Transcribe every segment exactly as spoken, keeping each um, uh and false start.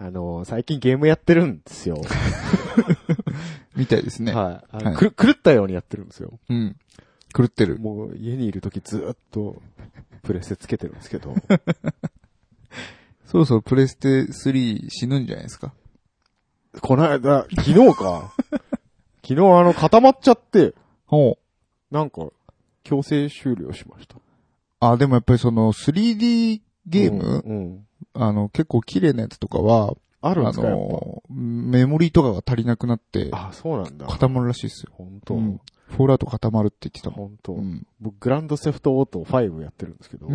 あの、最近ゲームやってるんですよ。 みたいですね。 はい。あのはい、 くる、狂ったようにやってるんですよ。 うん。狂ってる。 もう家にいるときずっとプレステつけてるんですけど。 そろそろプレステスリー死ぬんじゃないですか。 この間、昨日か。昨日あの固まっちゃって、 ほう。なんか強制終了しました。 あ、でもやっぱりその スリーディー ゲーム、 うんうん、 あの結構綺麗なやつとかは、 あるんですか、 あのメモリーとかが足りなくなって、 あ、そうなんだ。 固まるらしいですよ。 本当。 うん、フォールアウト固まるって言ってたもん。 本当。 うん、 僕グランドセフトオートファイブやってるんですけど、 うん、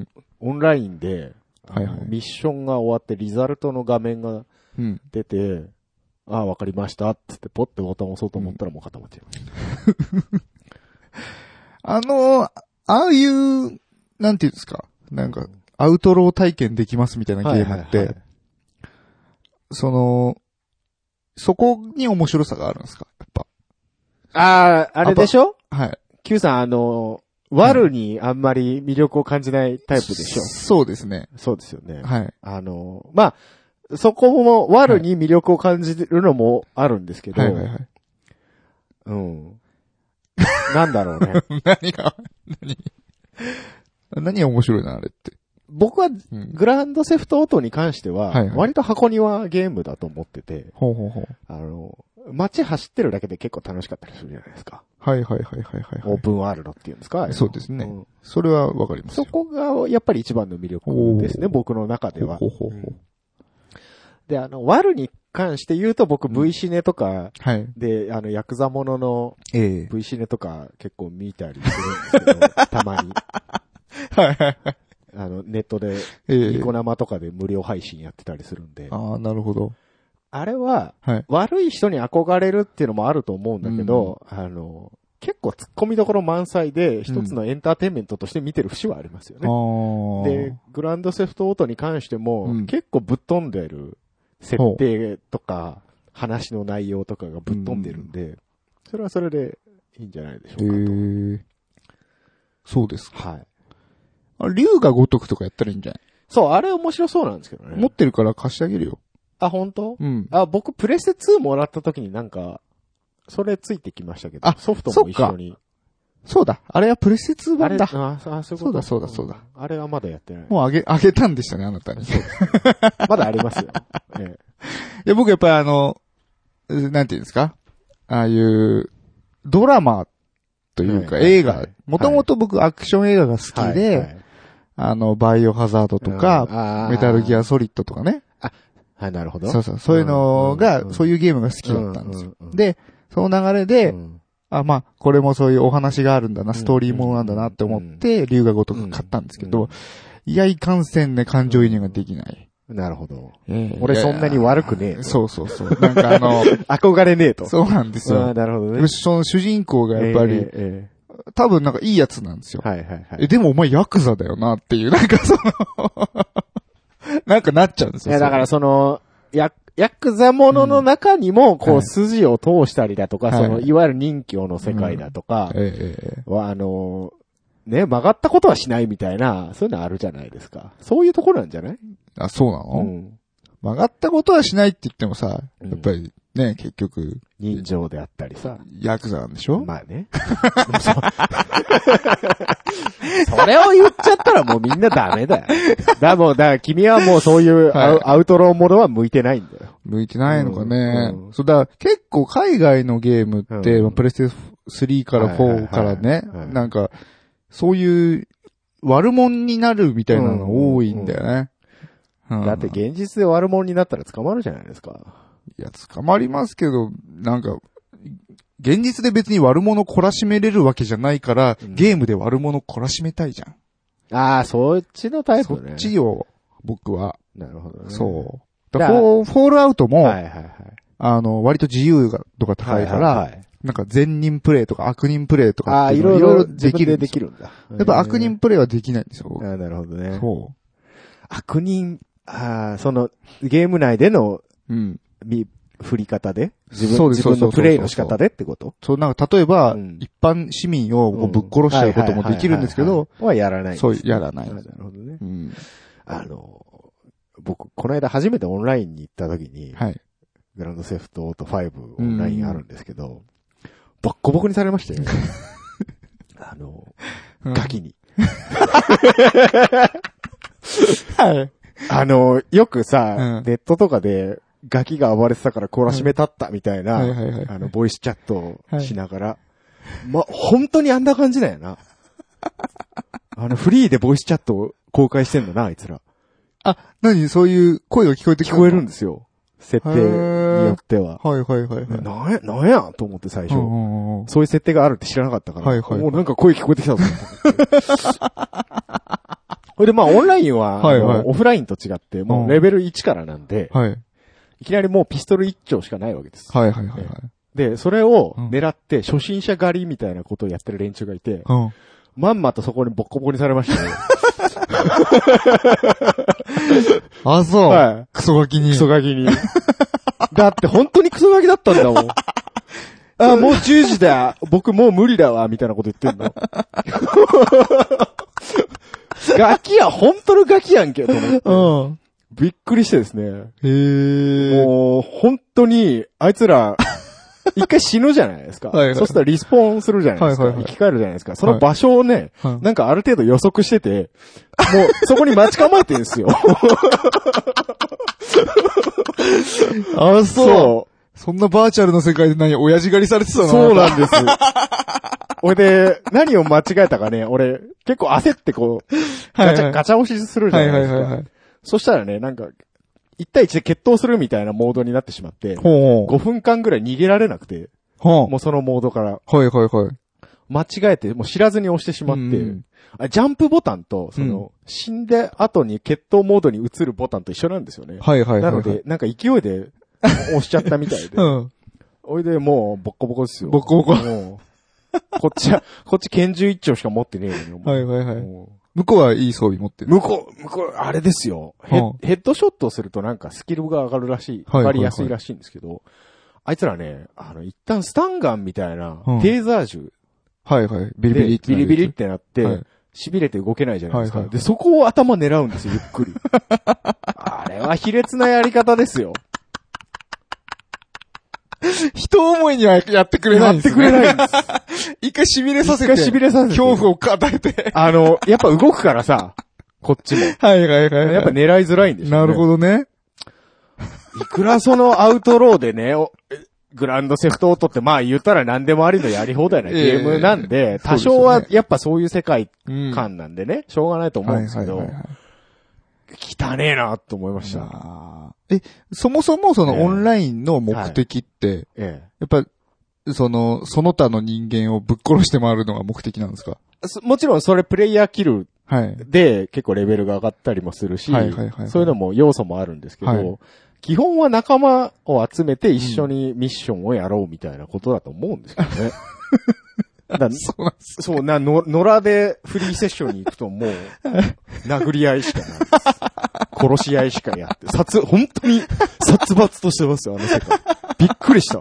オンラインで、 はいはい、 ミッションが終わってリザルトの画面が出て、うん、ああ、わかりましたってってポッてボタンを押そうと思ったらもう固まっちゃいました。 あの、ああいう、なんていうんですか、なんか、アウトロー体験できますみたいなゲームって、はいはいはい、その、そこに面白さがあるんですかやっぱ。あああ、あれでしょはい。 Q さん、あの、悪にあんまり魅力を感じないタイプでしょ、うん、 そうですね。 そうですよね。 はい。 あの、まあ、そこも悪に魅力を感じるのもあるんですけど、 はいはいはい。 うん。なんだろうね。 何が、何何が面白いな、あれって。 僕は、グランドセフトオートに関しては、割と箱庭ゲームだと思ってて、 ほうほうほう。 あの、街走ってるだけで結構楽しかったりするじゃないですか。 はいはいはいはいはい。 オープンワールドっていうんですか？ そうですね。うん、それはわかります。 そこがやっぱり一番の魅力ですね、僕の中では。 ほうほうほう。うん、 で、あの、ワルに関して言うと僕 V シネとかで、 うん、 はい、あの、ヤクザものの V シネとか結構見たりするんですけど、たまに。 はいはいはい。 あの、ネットで、ニコ生とかで無料配信やってたりするんで。 ああ、なるほど。 あれは、はい、悪い人に憧れるっていうのもあると思うんだけど、うん、あの、結構突っ込みどころ満載で、一つのエンターテインメントとして見てる節はありますよね。うん、で、グランドセフトオートに関しても、うん、結構ぶっ飛んでる設定とか、話の内容とかがぶっ飛んでるんで、うん、それはそれでいいんじゃないでしょうかと。へー、そうですか。 はい。 あ、竜が如くとかやったらいいんじゃない？ そう、あれ面白そうなんですけどね。 持ってるから貸してあげるよ。 あ、本当？ うん。 あ、僕プレステツーもらった時になんか、それついてきましたけど、あ、ソフトも一緒に。 そうだ。あれはプレステツー版だ。 ああ、そういうこと。 そうだそうだそうだ。 あれはまだやってない。 もうあげ、あげたんでしたね、あなたに。そうまだありますよ。 ええ、いや、僕やっぱりあの、なんていうんですか？ああいう、ドラマというか、映画、もともと僕アクション映画が好きで、はいはい、あの、バイオハザードとか、メタルギアソリッドとかね。 あ、はい、なるほど。 そうそう、そういうのが、うんうん、そういうゲームが好きだったんですよ。うんうん、で、その流れで、うん、あ、まあ、これもそういうお話があるんだな、ストーリーものなんだなって思って、竜が如く買ったんですけど、いや、いかんせんね、感情移入ができない。 なるほど。えー、俺そんなに悪くねえ。 そうそうそう。なんかあの、 憧れねえと。 そうなんですよ。 あ、なるほどね。 その主人公がやっぱり、えーえー、多分なんかいいやつなんですよ。 はいはいはい。 え、でもお前ヤクザだよなっていう、なんかその、なんかなっちゃうんですよ。 いや、だからその、ヤヤクザものの中にも、こう、筋を通したりだとか、はい、その、いわゆる任侠の世界だとか、うん、えー、は、あの、ね、曲がったことはしないみたいな、そういうのあるじゃないですか。そういうところなんじゃない？ あ、そうなの？うん、曲がったことはしないって言ってもさ、やっぱりね、結局。 人情であったりさ。 ヤクザなんでしょ？ まあね。それを言っちゃったらもうみんなダメだよ。だもう、だから君はもうそういうアウ、はい、アウトローものは向いてないんだよ。 向いてないのかね。うんうん、そうだ、結構海外のゲームって、うん、プレステスリーからフォーからね、はいはいはい、なんか、そういう悪者になるみたいなの多いんだよね。 うんうん、だって現実で悪者になったら捕まるじゃないですか。 いや、捕まりますけど、なんか、現実で別に悪者懲らしめれるわけじゃないから、うん、ゲームで悪者懲らしめたいじゃん。 ああ、そっちのタイプね。 そっちよ、僕は。 なるほどね。 そう。だフォー、フォールアウトも、 はいはいはい、 あの、割と自由度が高いから、はいはいはい、なんか善人プレイとか悪人プレイとかっていうのいろいろできる。 できるんだ。 やっぱ悪人プレイはできないんですよ。 ああ、なるほどね。 そう。 悪人、ああ、その、ゲーム内での、 うん。 み、振り方で自分、自分のプレイの仕方でってことそう、なんか例えば、うん、一般市民をぶっ殺しちゃうこともできるんですけど、 はやらない、ね。 そう、やらない。 なるほどね。 うん。 あの、 僕、この間初めてオンラインに行った時に、 はい。 グランドセフトオートファイブオンラインあるんですけど、ボッコボコにされましたよね。あの、 うん、 ガキに。 はい。あの、よくさ、うん、ネットとかで、ガキが暴れてたから懲らしめ立ったみたいな、あの、ボイスチャットをしながら、はい、ま、本当にあんな感じだよな。あの、フリーでボイスチャットを公開してんだな、あいつら。 あ、何そういう声が聞こえて聞こえるんですよ。設定によっては。 はいはいはい、はい。 なんや、なんやと思って最初、うんうんうん。そういう設定があるって知らなかったから。はいはい、はい。もうなんか声聞こえてきたぞ。これでまあオンラインは、はいはい、オフラインと違って、もうレベルいちからなんで、はい、いきなりもうピストルいっ丁しかないわけです。 はいはいはい、はい。 で、それを狙って初心者狩りみたいなことをやってる連中がいて、うん、まんまとそこにボッコボコにされましたね。 あ、そう。はい。クソガキに。 クソガキに。だって本当にクソガキだったんだもん。あ、もうじゅうじだ。僕もう無理だわ、みたいなこと言ってんの。ガキや、本当のガキやんけ、と思って。うん。びっくりしてですね。へー。もう、本当に、あいつら、一回死ぬじゃないですか。はいはい、そうしたらリスポーンするじゃないですか。はいはいはい、生き返るじゃないですか。その場所をね、はい、なんかある程度予測してて、もうそこに待ち構えてるんですよ。 あ、そう。そう。そんなバーチャルの世界で何、親父狩りされてたの？ そうなんです。俺で、何を間違えたかね、俺、結構焦ってこう、ガチャ、はいはい、ガチャ押しするじゃないですか。はいはいはいはい、そしたらね、なんか、いち対いちで決闘するみたいなモードになってしまって、ほうごふんかんぐらい逃げられなくて、ほうもうそのモードから。 はいはいはい。 間違えて、もう知らずに押してしまって、うん、あジャンプボタンと、その、うん、死んで後に決闘モードに移るボタンと一緒なんですよね。 はいはいはい、はい。 なので、なんか勢いで押しちゃったみたいで。うん。おいで、もう、ボッコボコですよ。 ボッコボコ。 もうこっちは、こっち拳銃一丁しか持ってねえのに。 はいはいはい。向こうはいい装備持ってる。 向こう、向こう、あれですよ。ヘッ、ヘッドショットをするとなんかスキルが上がるらしい。上がりやすいらしいんですけど、はいはいはい、あいつらね、あの、一旦スタンガンみたいな、テーザー銃。 はいはい。ビリビリって。 ビリビリってなって、はい、痺れて動けないじゃないですか。はいはい、で、そこを頭狙うんですよ、ゆっくり。あれは卑劣なやり方ですよ。 人思いにはやってくれないんですね。 やってくれないんです。 一回痺れさせて。 一回痺れさせて。 恐怖を与えて。 あの、やっぱ動くからさ、こっちも。 はいはいはい、はい。 やっぱ狙いづらいんでしょうね。 なるほどね。 いくらそのアウトローでね、グランドセフトオートってまあ言ったら何でもありのやり放題なゲームなんで、えー、多少はやっぱそういう世界観なんでね、うん、しょうがないと思うんですけど、はいはいはいはい、汚ねえなと思いました。 え、そもそもそのオンラインの目的って、えーはい、やっぱ、その、その他の人間をぶっ殺して回るのが目的なんですか？ もちろんそれプレイヤーキルで結構レベルが上がったりもするし、はいはいはいはい、そういうのも要素もあるんですけど、はい、基本は仲間を集めて一緒にミッションをやろうみたいなことだと思うんですけどね。だそうなんです。そうな、の、野良でフリーセッションに行くともう、殴り合いしかないです。殺し合いしかやって、殺、本当に殺伐としてますよ、あの世界。びっくりした。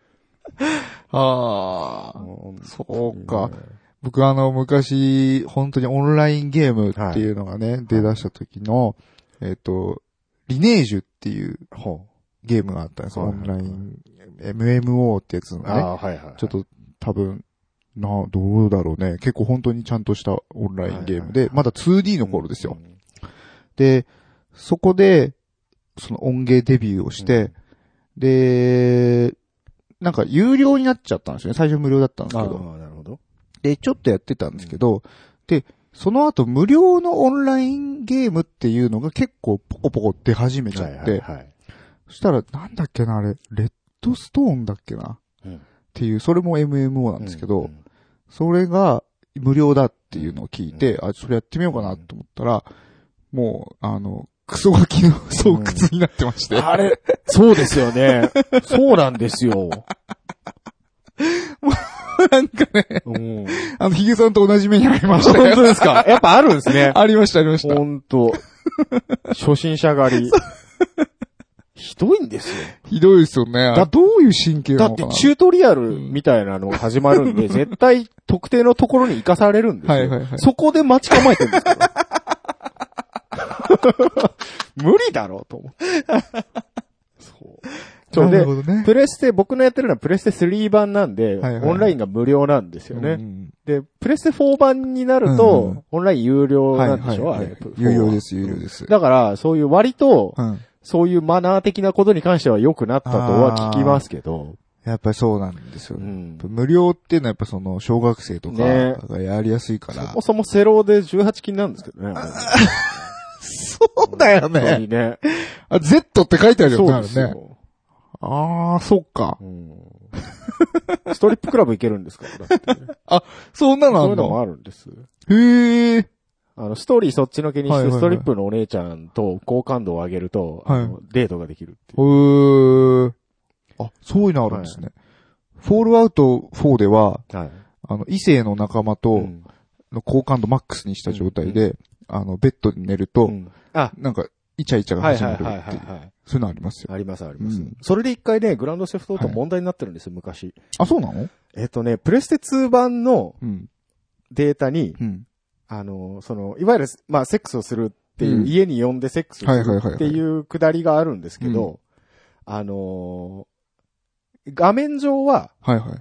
ああ、そうか。僕あの、昔、本当にオンラインゲームっていうのがね、はい、出だした時の、えっと、リネージュっていうゲームがあったんですよ。オンライン、エムエムオー ってやつのね。あ、はいはいはい、ちょっと多分、な、どうだろうね。結構本当にちゃんとしたオンラインゲームで、はいはいはい、まだ ツーディー の頃ですよ。うん、で、そこで、その音源デビューをして、うん、で、なんか有料になっちゃったんですよね。最初無料だったんですけど。 ああ、なるほど。 で、ちょっとやってたんですけど、うん、で、その後無料のオンラインゲームっていうのが結構ポコポコ出始めちゃって、はいはいはい、そしたらなんだっけなあれ、レッドストーンだっけな、うん、っていう、それも エムエムオー なんですけど、うんうん、それが無料だっていうのを聞いて、うん、あ、それやってみようかなと思ったら、もう、あの、クソガキの巣窟になってまして、うん。 あれ、そうですよね。そうなんですよ。 なんかね、うん、あの、ヒゲさんと同じ目にありましたよ。 本当ですか？やっぱあるんですね。 ありました、ありました。 本当。初心者狩り。ひどいんですよ。 ひどいですよね。だどういう神経なのかな。 だってチュートリアルみたいなのが始まるんで、絶対特定のところに行かされるんですよ。はいはいはい。そこで待ち構えてるんですよ。 無理だろうと思って。そう。そうで、 ね、 プレステ、僕のやってるのはプレステスリー版なんで、はいはい、オンラインが無料なんですよね。うんうん、で、プレステフォー版になると、うんうん、オンライン有料なんでしょ、はいはいはい、あれ。 有料です、有料です。 だから、そういう割と、うん、そういうマナー的なことに関しては良くなったとは聞きますけど。 やっぱりそうなんですよね、うん。無料っていうのはやっぱその小学生とかがやりやすいから。 ね、そもそもセロでじゅうはちきんなんですけどね。 そうだよね。本当にね。あ、Z って書いてあるよね。そうですよ。ね、あー、そっか、うん。 ストリップクラブ行けるんですから、だってね。 あ、そんなのあるの？ そういうのもあるんです。 へー。 あの、ストーリーそっちのけにして、ストリップのお姉ちゃんと好感度を上げると、はい、あのデートができるっていう。 へー。あ、そういうのあるんですね。はい、フォールアウトフォーでは、はい、あの、異性の仲間と、の好感度マックスにした状態で、うんうん、あの、ベッドで寝ると、うん、あ、なんか、イチャイチャが始まるっていう。はいはいはいはい、そういうのありますよ。 ありますあります。うん、それで一回ね、グランドセフトオート問題になってるんですよ、はい、昔。 あ、そうなの？ えっとね、プレステツー版のデータに、うん、あの、その、いわゆる、まあ、セックスをするっていう、うん、家に呼んでセックスをするっていうくだりがあるんですけど、あのー、画面上は、はいはい、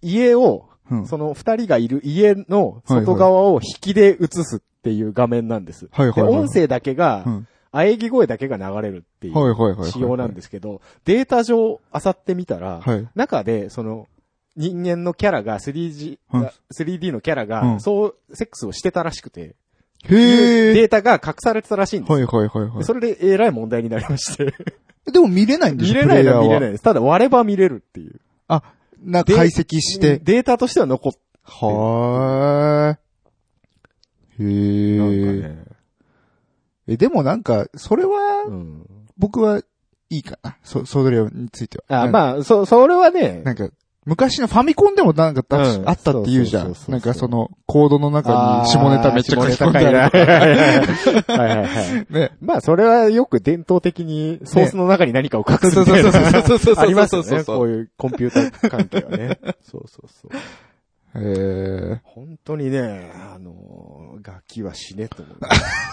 家を、うん、その二人がいる家の外側を引きで映すっていう画面なんです。はいはいはい、で音声だけが、うん、喘ぎ声だけが流れるっていう仕様なんですけど、データ上漁ってみたら、はい、中でその人間のキャラが スリージー、うん、スリーディー のキャラがそうセックスをしてたらしくて、へー、データが隠されてたらしいんですよ。はいはいはいはい、それでえらい問題になりまして。 でも見れないんでしょ？ 見れないのは見れないです。ただ割れば見れるっていう。 あ、な、解析して。 データとしては残って。 はー。へー。なんかね。え、でもなんか、それは、うん、僕はいいかな。そ、それについては。 あ、まあ、そ、それはね。 なんか、昔のファミコンでもなんか、うん、あったって言うじゃん。なんかその、コードの中に下ネタめっちゃ書き込んである。 はいはいはい。ね。まあ、それはよく伝統的にソースの中に何かを隠すみたいな。ありますよね。こういうコンピューター関係はね。そうそうそう。 へー。 本当にね、あの、ガキは死ねと思う。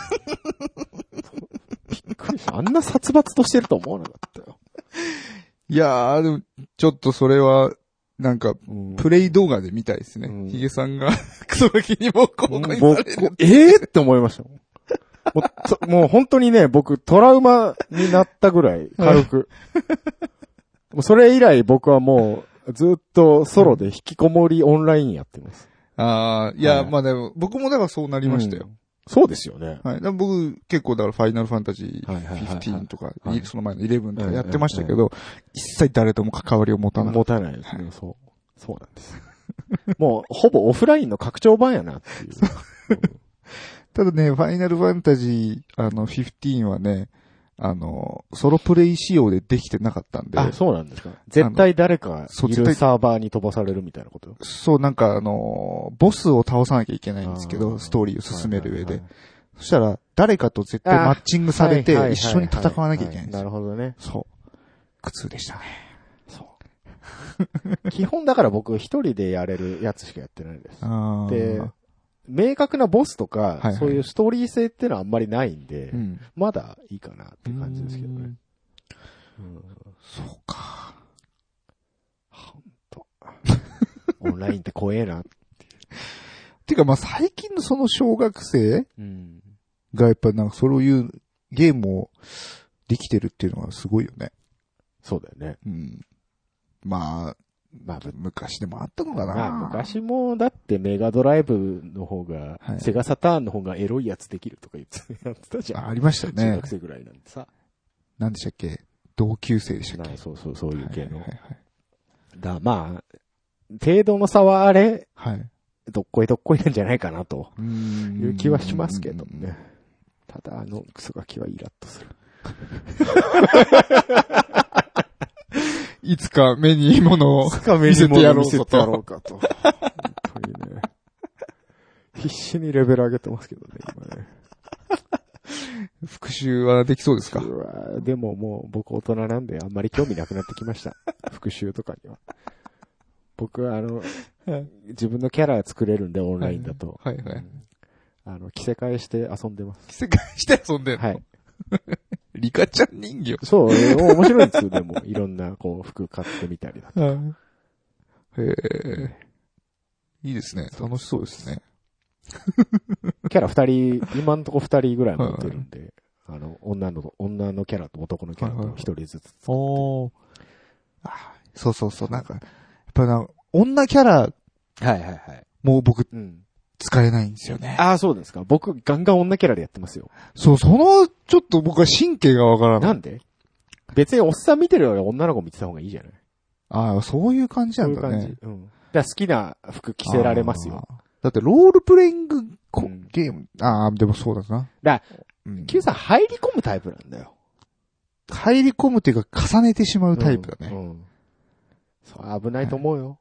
びっくりした。あんな殺伐としてると思わなかったよ。 いやー、でも、ちょっとそれは、なんか、プレイ動画で見たいですね。うん、ヒゲさんが、クソガキにも公開される。 ええー、って思いましたもん。もう、もう本当にね、僕トラウマになったぐらい、軽く。もうそれ以来僕はもう、ずっとソロで引きこもりオンラインやってます。 ああ、いや、はい、まあでも、僕もだからそうなりましたよ。うん、 そうですよね。 はい。僕、結構だからファイナルファンタジーじゅうごとか、はい、その前のじゅういちとかやってましたけど、はいはいはい、一切誰とも関わりを持たない。 持たないですね。はい、そう。そうなんです。もう、ほぼオフラインの拡張版やなっていう。 ただね、ファイナルファンタジー、あの、じゅうごはね、あの、ソロプレイ仕様でできてなかったんで。 あ、そうなんですか。絶対誰かいるサーバーに飛ばされるみたいなこと？ そう、なんかあの、ボスを倒さなきゃいけないんですけど、ストーリーを進める上で。はいはいはい、そしたら、誰かと絶対マッチングされて、一緒に戦わなきゃいけないんですよ。 なるほどね。 そう。苦痛でしたね。 そう。基本だから僕一人でやれるやつしかやってないです。で、明確なボスとか、はいはい、そういうストーリー性っていうのはあんまりないんで、うん、まだいいかなって感じですけどね。 うん、そうか。 ほんと。オンラインって怖えなって。 てかまあ最近のその小学生がやっぱなんかそういうゲームをできてるっていうのはすごいよね。 そうだよね。 うん。まあ、まあ、昔でもあったのかな。まあ、昔も、だってメガドライブの方が、はい、セガサターンの方がエロいやつできるとか言ってやってたじゃん。 あ、ありましたね。 中学生ぐらいなんでさ。 何でしたっけ？同級生でしたっけ？ そうそう、そういう系の。はいはいはい、だまあ、程度の差はあれ、はい、どっこいどっこいなんじゃないかなという気はしますけどね。ただ、あのクソガキはイラッとする。 いつか目にいいものを見せてやろうかと。見せてやろうかと。本当にね。必死にレベル上げてますけどね、今ね。 復習はできそうですか？ でももう僕大人なんであんまり興味なくなってきました。復習とかには。僕はあの、自分のキャラ作れるんでオンラインだと。はい、はい、はい。あの、着せ替えして遊んでます。 着せ替えして遊んでるの？ はい。 リカちゃん人形。 そう、面白いですよ、でも。いろんな、こう、服買ってみたりだとか。 へえ。いいですね。楽しそうですね。 キャラ二人、今んとこ二人ぐらい持ってるんで、あの、女の、女のキャラと男のキャラと一人ずつ。 おー。あ、そうそうそう。なんか、やっぱな、女キャラ、はいはいはい。 もう僕、 うん。 使えないんですよね。 ああ、そうですか。僕、ガンガン女キャラでやってますよ。 そう、その、ちょっと僕は神経がわからない。 なんで別におっさん見てるより女の子見てた方がいいじゃない。 ああ、そういう感じなんだね。そういう感じ。 うん。だから好きな服着せられますよ。 だってロールプレイング、うん、ゲーム、ああ、でもそうだな。 だから、うん、Q さん入り込むタイプなんだよ。 入り込むっていうか重ねてしまうタイプだね。うんうん、 そう危ないと思うよ。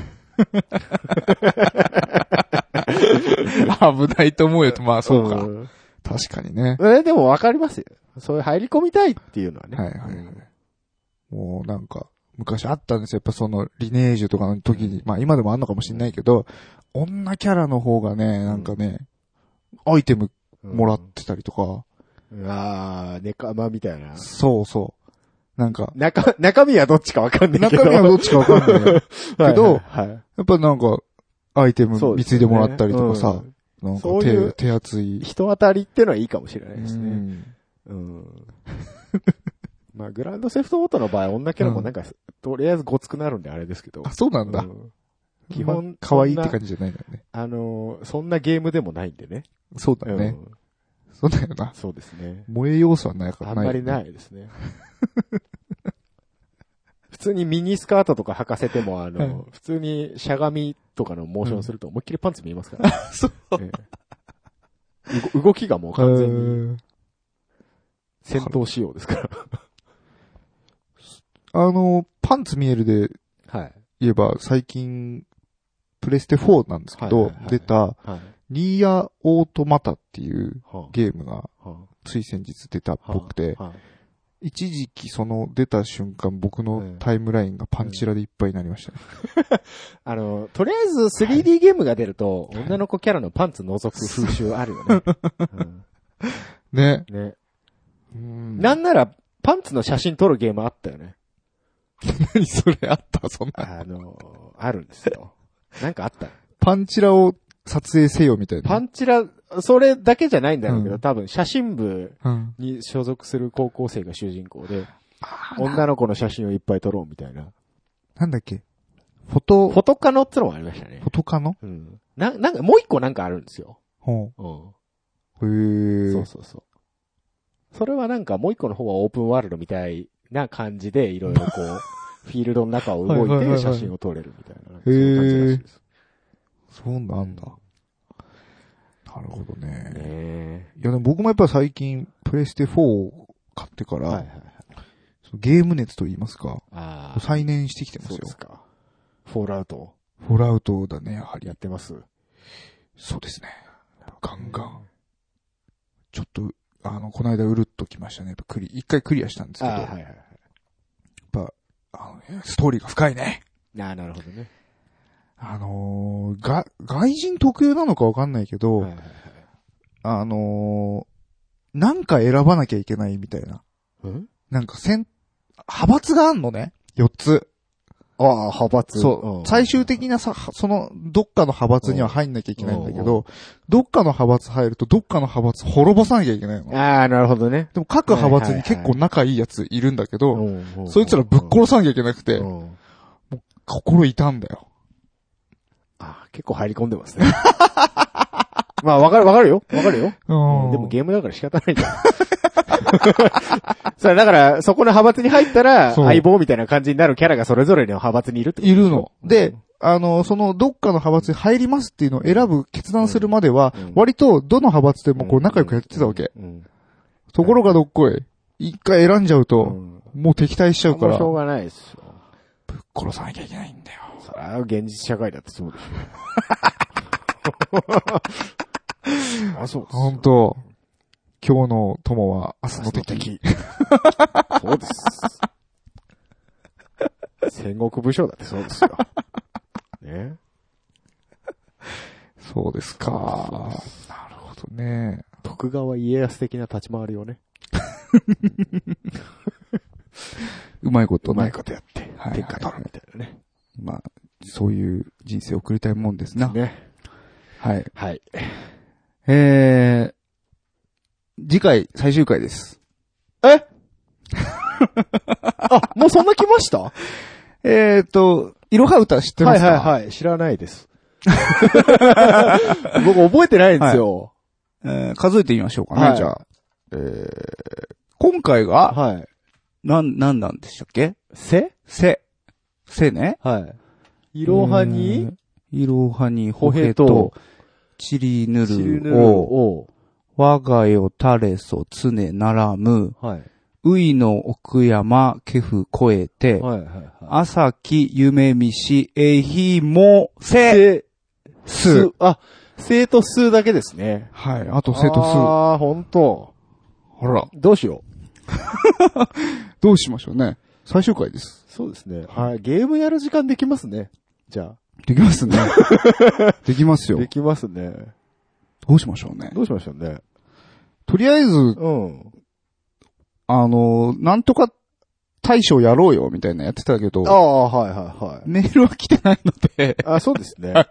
危ないと思うよと、まあそうか。うん、確かにね。 え、でもわかりますよ。そういう入り込みたいっていうのはね。 はいはいはい。うん、もうなんか、昔あったんですよ。やっぱそのリネージュとかの時に、まあ今でもあんのかもしれないけど、女キャラの方がね、なんかね、アイテムもらってたりとか。 うん、ああ、ネカマみたいな。 そうそう。なんか。 中、中身はどっちかわかんないけど。 中身はどっちかわかんないけど、はいはいはい、やっぱなんか、アイテム見ついでもらったりとかさ、ねうん、なんか手、うう手厚い。 人当たりってのはいいかもしれないですね。うん。うん、まあ、グランドセフトオートの場合、女キャラもなんか、うん、とりあえずごつくなるんであれですけど。 あ、そうなんだ。うん、基本、可愛いって感じじゃないんだよね。 あのー、そんなゲームでもないんでね。 そうだよね。うん、そうだよな。 そうですね。 萌え要素はないからない、ね。あんまりないですね。普通にミニスカートとか履かせても、あの、はい、普通にしゃがみとかのモーションすると思いっきりパンツ見えますから、ね。 そう、 ええ。動きがもう完全に戦闘仕様ですから。 あの、パンツ見えるで言えば、最近、プレステフォーなんですけど、はいはいはい、出た、はい、ニーアオートマタっていうゲームが、つい先日出たっぽくて、はあはあ、一時期その出た瞬間僕のタイムラインがパンチラでいっぱいになりましたね。 うんうん、あの、とりあえず スリーディー ゲームが出ると、はい、女の子キャラのパンツ覗く風習あるよね。うん、 ね。 ね。うんなんならパンツの写真撮るゲームあったよね。 何それあったそんな。 あの、あるんですよ。なんかあった。 パンチラを撮影せよみたいな。 パンチラ、それだけじゃないんだろうけど、うん、多分写真部に所属する高校生が主人公で、うん、女の子の写真をいっぱい撮ろうみたいな。 なんだっけフォト、 フォトカノってのもありましたね。 フォトカノうん。な、なんかもう一個なんかあるんですよ。 ほう。うん。へえ。 そうそうそう。それはなんかもう一個の方はオープンワールドみたいな感じでいろいろこう、フィールドの中を動いて写真を撮れるみたいな。はいはいはいはい、そういう感じらしいです。 そうなんだ。なるほどね。ねいやでも僕もやっぱり最近プレステフォーを買ってから、はいはいはい、ゲーム熱と言いますか、あ再燃してきてますよ。そうですか。 フォールアウト。 フォールアウトだね、やはり。 やってます。 そうですね。ガンガン。ちょっと、あの、この間うるっときましたね。やっぱクリ、一回クリアしたんですけど。はいはいはい。やっぱ、あの、ストーリーが深いね。 ああ、なるほどね。 あのー、が、外人特有なのかわかんないけど、はいはいはい、あのー、なんか選ばなきゃいけないみたいな。んなんかせん、派閥があんのねよっつ。 ああ、派閥。 そう。最終的なさ、その、どっかの派閥には入んなきゃいけないんだけど、どっかの派閥入ると、どっかの派閥滅ぼさなきゃいけないの。 ああ、なるほどね。 でも各派閥に結構仲いいやついるんだけど、そいつらぶっ殺さなきゃいけなくて、もう心痛んだよ。 ああ、結構入り込んでますね。まあ、わかるわかるよ。わかるよ。でもゲームだから仕方ないじゃん。それだから、そこの派閥に入ったら、相棒みたいな感じになるキャラがそれぞれの派閥にいるってこと。 いるの。で、あの、その、どっかの派閥に入りますっていうのを選ぶ、決断するまでは、割と、どの派閥でもこう仲良くやってたわけ。ところがどっこい。一回選んじゃうと、もう敵対しちゃうから。 しょうがないですよ。 ぶっ殺さなきゃいけないんだよ。 それは現実社会だってそうでしょ。あ、そうです。 本当。今日の友は明日の敵。 そうです。戦国武将だってそうですよ。ね。 そうですか。なるほどね。 徳川家康的な立ち回りをね。 うまいことね。 うまいことやって、 はい、 天下取るみたいなね。 まあ、そういう人生を送りたいもんですな。 ね。 はい。 はい。 えー、次回最終回です。 えあ、もうそんな来ましたえーと、いろは歌知ってますか？ はいはいはい。知らないです。僕覚えてないんですよ。 はい、えー、数えてみましょうかね、はい、じゃあ。えー、今回が、 はい。 なん、なんなんでしたっけ？ せ？ せ。せね。 はい。いろはに、 いろはに、ほへと、ちりぬるお、我がよたれそつねならむ、はい。ういの奥山けふこえて、はいはいはい。朝き夢見しえひもせ、す。 あ、せとすだけですね。 はい。あとせとす。 ああ、ほんと。 ほら。 どうしよう。 どうしましょうね。最終回です。 そうですね。はい。ゲームやる時間できますね。じゃあ。 できますね。できますよ。 できますね。 どうしましょうね。 どうしましょうね。 とりあえず、うん。あの、なんとか大賞やろうよ、みたいなやってたけど。 ああ、はいはいはい。 メールは来てないので。 あ、そうですね。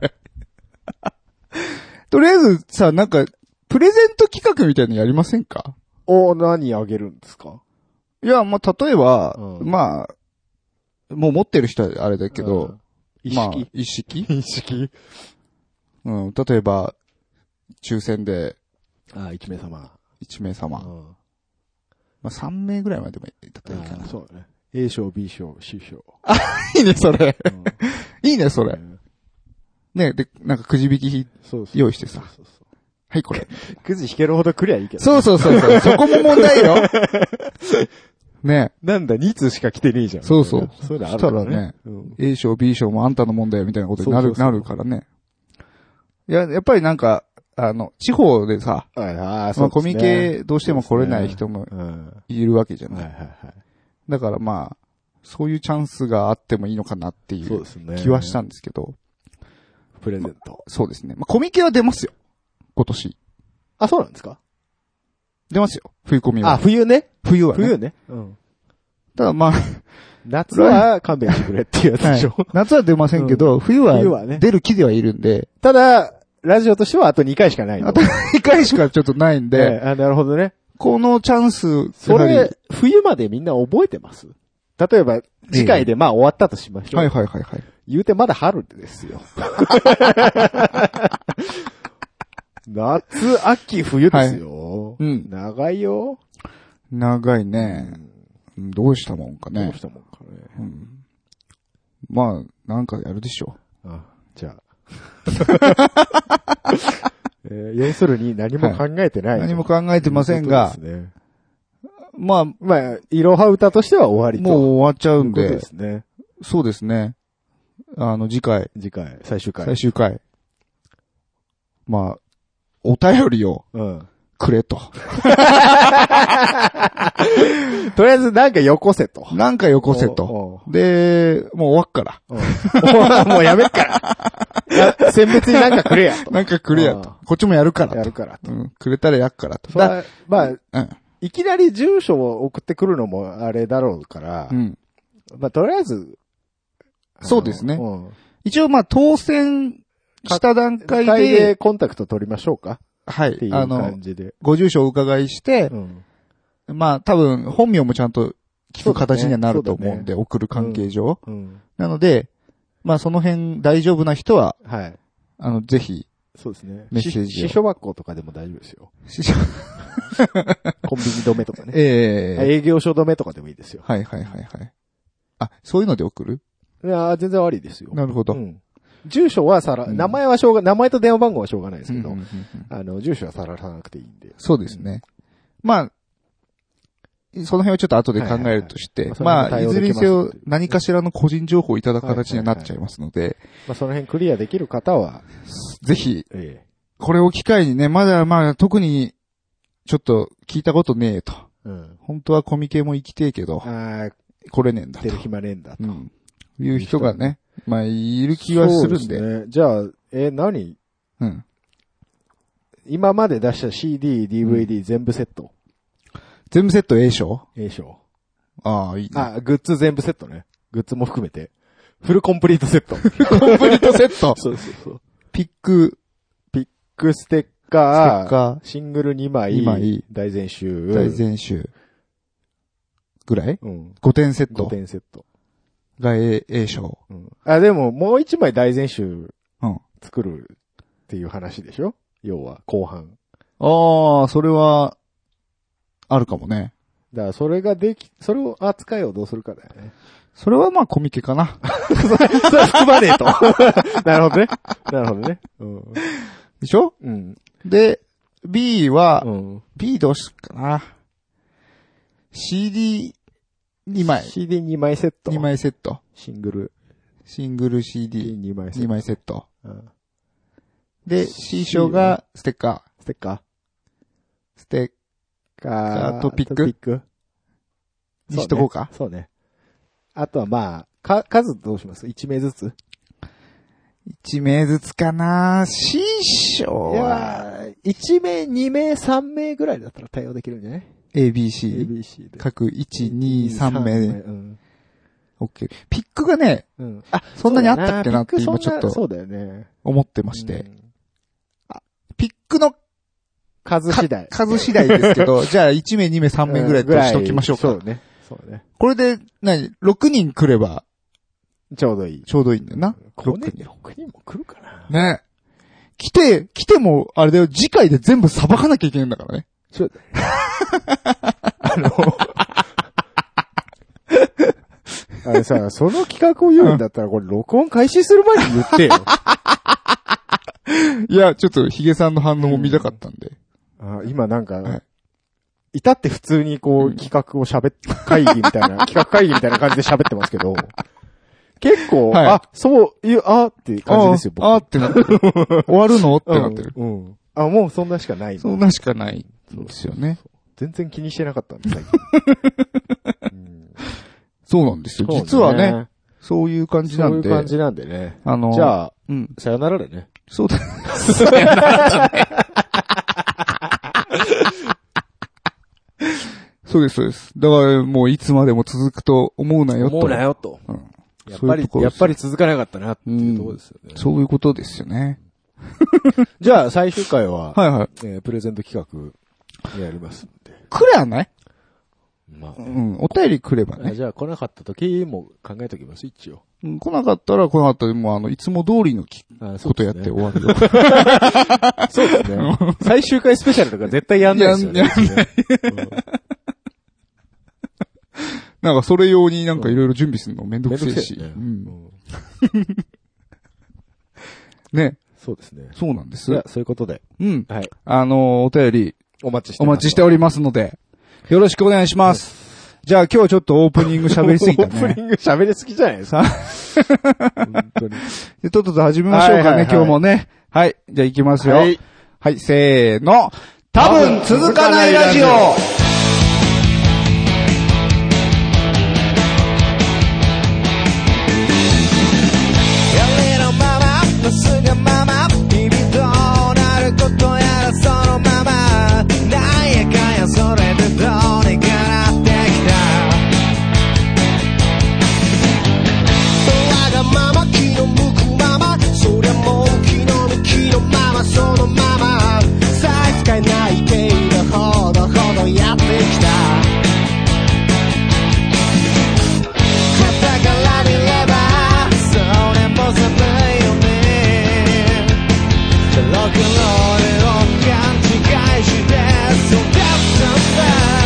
とりあえずさ、なんか、プレゼント企画みたいなのやりませんか？ お、何あげるんですか？ いや、まあ、例えば、うん、まあ、もう持ってる人はあれだけど、 うん、 まあ、一式一式うん、例えば、抽選で、 ああ、一名様。 一名様。うん、まあ、三名ぐらいまでもいいいいかな。 そうだね。A 賞、B 賞、C 賞。 あ、いいね、それ。うん、いいね、それ。うん、ね、で、なんかくじ引き用意してさ。そうそうそう、はい、これ。 くじ引けるほどくりゃいいけど、ね。 そうそうそうそう。そこも問題よ。ね。 なんだ、に通しか来てねえじゃん。 そうそう。 そういうのあるからね。そしたらね、うん、A 賞、B 賞もあんたの問題みたいなことになる、そうそうそうなるからね。いや、やっぱりなんか、あの、地方でさ、 はい、ああ、 そうですね。まあ、コミケどうしても来れない人もいるわけじゃない。 はいはいはい。 だからまあ、そういうチャンスがあってもいいのかなっていう気はしたんですけど。 プレゼント、ま。 そうですね。まあ、コミケは出ますよ。今年。 あ、そうなんですか？ 出ますよ。冬コミは。 あ、冬ね。 冬はね。 冬ね。うん。 ただまあ、 夏は勘弁してくれっていうやつでしょ。はい、 夏は出ませんけど、うん、冬は出る気ではいるんで。 ただ、ラジオとしてはあとにかいしかないの。 あとにかいしかちょっとないんで。 えー、あ、なるほどね。 このチャンス、 それ、冬までみんな覚えてます？例えば、次回でまあ終わったとしましょう。 はいはいはいはい。 言うてまだ春ですよ。夏、秋、冬ですよ。 はい、うん。 長いよ。 長いね、うん。どうしたもんかね。 どうしたもんかね。 うん、まあ、なんかやるでしょう。あ、じゃあ。えー、要するに何も考えてない、 はい。何も考えてませんが。そうですね。まあ、 まあ、いろは歌としては終わりと。 もう終わっちゃうんで。 そうですね。 そうですね。あの、次回。 次回、最終回。 最終回。まあ、お便りを、 うん。 くれと。 とりあえずなんかよこせと。 なんかよこせと。で、もう終わっから。 うん、もうやめっから。選別になんかくれやと。 なんかくれやと。こっちもやるからと。 やるからと。 うん。くれたらやっからと。 だまあ、うん、いきなり住所を送ってくるのもあれだろうから、うん、まあとりあえず、 そうですね。うん、一応まあ当選した段階で、 でコンタクト取りましょうか。 はい。 っていう感じで。 ご住所をお伺いして、うん、まあ多分本名もちゃんと聞く形にはなると思うんで、ねね、送る関係上、うんうん。なので、まあその辺大丈夫な人は、はい。あの、ぜひ、 そうですね。 メッセージを。 支所学校とかでも大丈夫ですよ。支所コンビニ止めとかね。 ええー。 営業所止めとかでもいいですよ。 はいはいはいはい。あ、そういうので送る？ いや、全然悪いですよ。 なるほど。 うん。住所はさら、うん、名前はしょうが、名前と電話番号はしょうがないですけど、うんうんうんうん、あの、住所はさらさなくていいんで。 そうですね。まあ、その辺はちょっと後で考えるとして、はいはいはい、まあ、いずれにせよ何かしらの個人情報をいただく形にはなっちゃいますので、はいはいはい、 まあ、その辺クリアできる方は、 ぜひ、これを機会にね、まだまあ特にちょっと聞いたことねえと。うん、本当はコミケも行きてえけど、来れねえんだと。 出る暇ねえんだと。うん、 いう人がね、まあ、いる気はするんで。 そうですね。じゃあ、え、何？うん。今まで出した シーディー、ディーブイディー、うん、全部セット。 全部セット A 賞 ?A 賞。 ああ、いいね。 あ、グッズ全部セットね。グッズも含めて。フルコンプリートセット。 フルコンプリートセット。 そうそうそう。 ピック。 ピックステッカー。 ステッカー。 シングルにまい。 にまい。 大全集。 大全集。ぐらいうん。 ごてんセット。 ごてんセット。 が A、A 賞。 うん。あ、でももういちまい大全集。 うん。 作るっていう話でしょ？要は、後半。 ああ、それは、あるかもね。 だからそれができ、それを扱いをどうするかだよね。 それはまあコミケかな。 それは含まねえと。なるほどね。なるほどね。うん、 でしょ？ うん。 で、B は、 うん、 B どうしよっかな。シーディーにまい。 シーディーにまいセット。 にまいセット。 シングル。 シングル シーディーにまいセット。 にまいセット。 うん、 で、C 賞がステッカー。 ステッカー。 ステッカーとピック。 ピック。 にしとこうか。 そうね。あとはまあ、か、数どうします ?いち 名ずつ ? いち 名ずつかな ?C 賞は。 いや、いち名、に名、さん名ぐらいだったら対応できるんじゃない ?A、B、C。 A、B、C で。 各いち、に、さん名。うん。 OK。 ピックがね、うん。あ、そんなにあったっけなって今ちょっと。 そうだよね。 思ってまして。うん、あ、ピックの数次第。 数次第ですけど、じゃあいち名、に名、さん名ぐらいとしときましょうか。 そうね。そうね。 これで、何 ?ろく 人来れば。 ちょうどいい。 ちょうどいいんだよな。 ろくにん。ろくにんも来るかな。 ね。来て、来ても、あれだよ、次回で全部裁かなきゃいけないんだからね。ちょ、 あの、あれさ、その企画を言うんだったら、これ録音開始する前に言ってよ。 いや、ちょっとヒゲさんの反応も見たかったんで。 あ、今なんか、はい、至って普通にこう、企画を喋っ、会議みたいな、企画会議みたいな感じで喋ってますけど、結構、はい、あ、そう、いう、あっていう感じですよ、僕。 あってなってる。終わるのってなってる、 うん。うん。あ、もうそんなしかない。 そんなしかないんですよね。 そうそうそう全然気にしてなかったんです、最近。 うん、そうなんですよ。実はね、そういう感じなんで。 そういう感じなんでね。 あの、 じゃあ、うん、さよならでね。 そうだ。さよならだね。そうです、そうです。だからもういつまでも続くと思うなよと。 思うなよと。うん、やっぱり、やっぱり続かなかったなっていうところですよね、 うん。そういうことですよね。 じゃあ最終回は、 はいはい。 えー、プレゼント企画やりますんで。 来ればね。 まあ、 うん、お便り来ればね。 じゃあ来なかった時も考えときます、一応。 うん、来なかったら来なかったら、もうあの、いつも通りのきことやって終わるよ。 そうですね。最終回スペシャルとか絶対やんないですよね。やんない。 なんかそれ用になんかいろいろ準備するのめんどくせえし。ね。うん、ね。 そうですね。 そうなんです。 いや、そういうことで。 うん。はい。あのー、お便り。 お待ちしてます。 お待ちしておりますので、よろしくお願いします。じゃあ今日ちょっとオープニング喋りすぎたね。 オープニング喋りすぎじゃないですか。本当に。 で、とっとと始めましょうかね、はいはいはい、今日もね。はい。じゃあ行きますよ。はい。はい、せーの。多分続かないラジオ。すがまま日々どうなることやらそのままなんやかんやそれでどうにかなってきたわがまま気の向くままそりゃもう気の向きのままそのまま差し支えない程度ほどほどやってきた傍から見ればそれも寒いよねロックンロールを勘違いして育ったんだ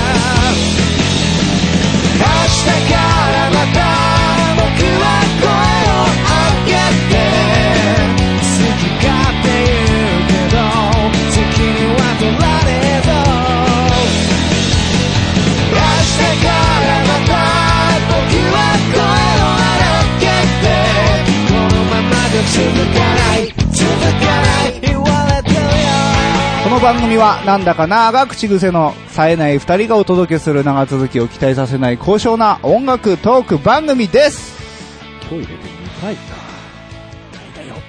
明日からまた僕は声を上げて好き勝手言うけど責任は取らねえぞ明日からまた僕は声を荒げてこのままじゃ続かない続かないこの番組はなんだか長口癖の冴えない二人がお届けする長続きを期待させない高尚な音楽トーク番組です。 今日入れてにかいか。だよ。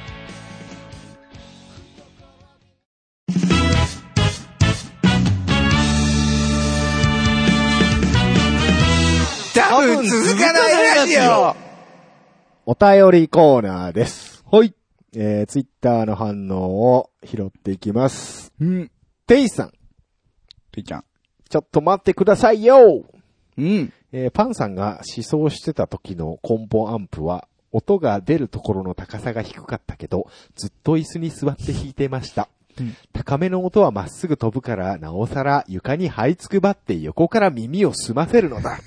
多分続かないラジオ。 お便りコーナーです。 はい。 えー、ツイッターの反応を拾っていきます。 うん。 テイさん。 テイちゃん。 ちょっと待ってくださいよ。 うん。 えー、パンさんが思想してた時のコンポアンプは、音が出るところの高さが低かったけど、ずっと椅子に座って弾いてました。うん、高めの音はまっすぐ飛ぶから、なおさら床に這いつくばって横から耳を澄ませるのだ。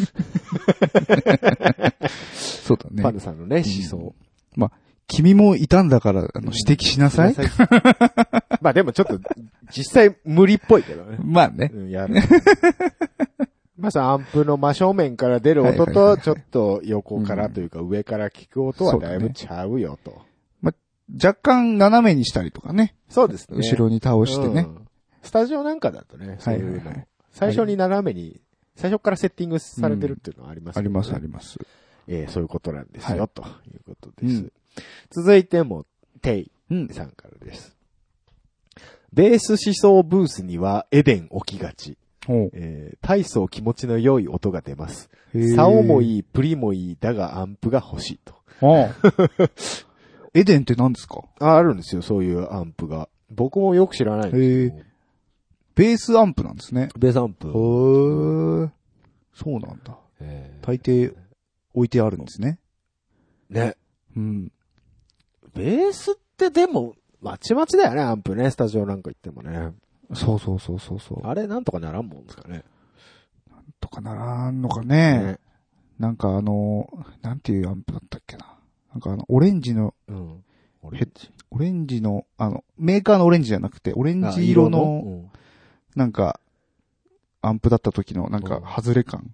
そうだね。 パンダさんのね、思想。うん、 まあ、君もいたんだから、あの、指摘しなさい。うん、 まあでもちょっと、実際無理っぽいけどね。 まあね。 うん、やる。まずアンプの真正面から出る音と、ちょっと横からというか上から聞く音はだいぶちゃうよと。 ま、若干斜めにしたりとかね。 そうですね。 後ろに倒してね、うん。 スタジオなんかだとね、そういうの。はいはいはい、最初に斜めに、最初からセッティングされてるっていうのはありますね、 うん。ありますあります。 えー、そういうことなんですよ、はい、ということです。うん、続いても、テイさんからです。うん、ベース思想ブースにはエデン置きがち。えー、大層気持ちの良い音が出ます。竿もいい、プリもいい、だがアンプが欲しいと。 ああエデンって何ですか？ あ、あるんですよ、そういうアンプが。僕もよく知らないんですけど。 ベースアンプなんですね。 ベースアンプ。へー。そうなんだ。大抵置いてあるんですね。 ね。 うん。 ベースってでも、まちまちだよね、アンプね、スタジオなんか行ってもね。 そうそうそうそうそう。 あれなんとかならんもんですかね。 なんとかならんのかね。ね、なんかあの、なんていうアンプだったっけな。なんかあの、オレンジの、うん、オレンジオレンジの、あの、メーカーのオレンジじゃなくて、オレンジ色の、うん、なんか、アンプだった時の、なんか、外れ感。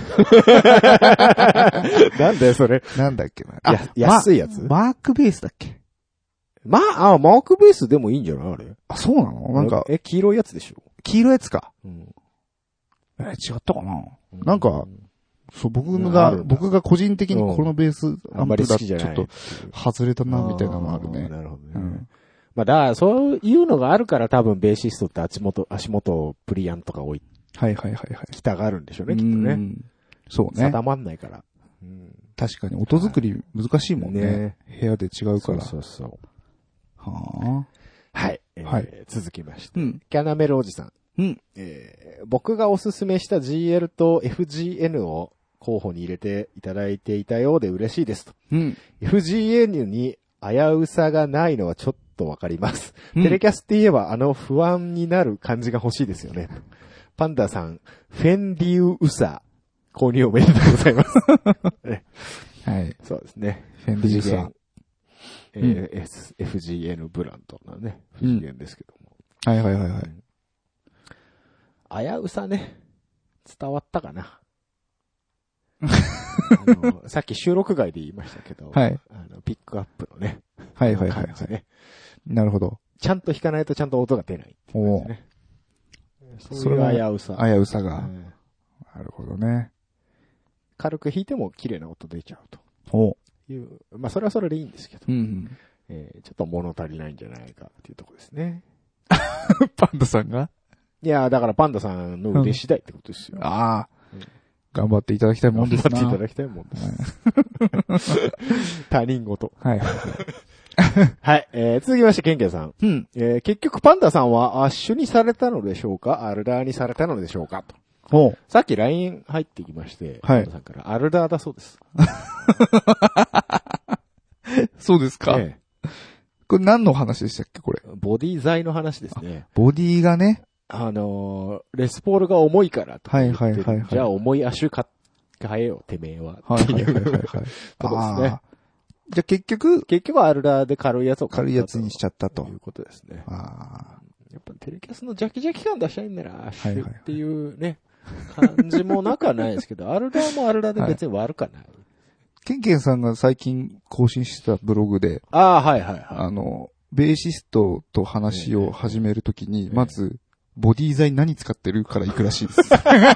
なんだよ、それ。 なんだっけな。 あ、安いやつ、 ま、マークベースだっけ？ まあ、あ、マークベースでもいいんじゃないあれ。 あ、そうなの？なんか。 え、黄色いやつでしょ？ 黄色いやつか。 うん、 え、違ったかな、うん、なんか、そう、僕が、僕が個人的にこのベースアンプだとちょっと外れたな、みたいなのもあるね。 なるほどね。うん、まあ、だから、そういうのがあるから多分ベーシストって足元、足元をプリアンとか置いて、 はいはいはいはい。 来たがるんでしょうね、きっとね。 そうね。 定まんないから。 うん、確かに音作り難しいもんね。ね、部屋で違うから。 そうそうそう。 はあ。はい。えーはい、続きまして、 うん。 キャナメルおじさん。 うん。 えー、僕がおすすめした ジーエル と エフジーエヌ を候補に入れていただいていたようで嬉しいですと。 うん。 エフジーエヌ に危うさがないのはちょっとわかります。うん、テレキャスって言えばあの不安になる感じが欲しいですよね。パンダさん、フェンディウウサ、購入おめでとうございます。ね、 はい。 そうですね。 フェンディウサ。 えーうん、エフジーエヌ ブランドのね、不次元ですけども。 うん、はいはいはいはい。 危うさね、伝わったかな。あのさっき収録外で言いましたけど、 はい、 あのピックアップのね。 はいはいはい、はい。 ね、 なるほど。 ちゃんと弾かないとちゃんと音が出ない、ね。 おー。 そういう危うさ。 危うさが、うん。なるほどね。 軽く弾いても綺麗な音出ちゃうと。 おいう、まあそれはそれでいいんですけど、 うんうんえー、ちょっと物足りないんじゃないかっていうところですね。 パンダさんがいや、だからパンダさんの腕次第ってことですよ。 うん、ああ、うん。頑張っていただきたいもんですな。 頑張っていただきたいもんです。他人事。 はいはい。 はい、えー、続きまして、ケンケンさん。 うん。 えー、結局パンダさんはアッシュにされたのでしょうかアルダーにされたのでしょうかと。 おう。 さっき ライン 入ってきまして、 はい。 パンダさんからアルダーだそうです。 そうですか、 ええ、 これ何の話でしたっけこれ。 ボディ材の話ですね。 ボディがね。 あのー、レスポールが重いからと。 はいはいはいはい。 じゃあ重いアッシュ買えよ、てめえは。 はいはいはいはい、はい。 そうですね。 じゃあ結局、 結局アルダーで軽いやつを買軽いやつにしちゃったと。 いうことですね。 ああ。 やっぱテレキャスのジャキジャキ感出したいんだな、アッシュっていうね、はいはいはい、感じもなくはないですけど、アルダーもアルダーで別に悪かない。はい、 ケンケンさんが最近更新してたブログで、 ああ、はいはいはい。 あの、ベーシストと話を始めるときに、まず、ボディ材何使ってるから行くらしいです。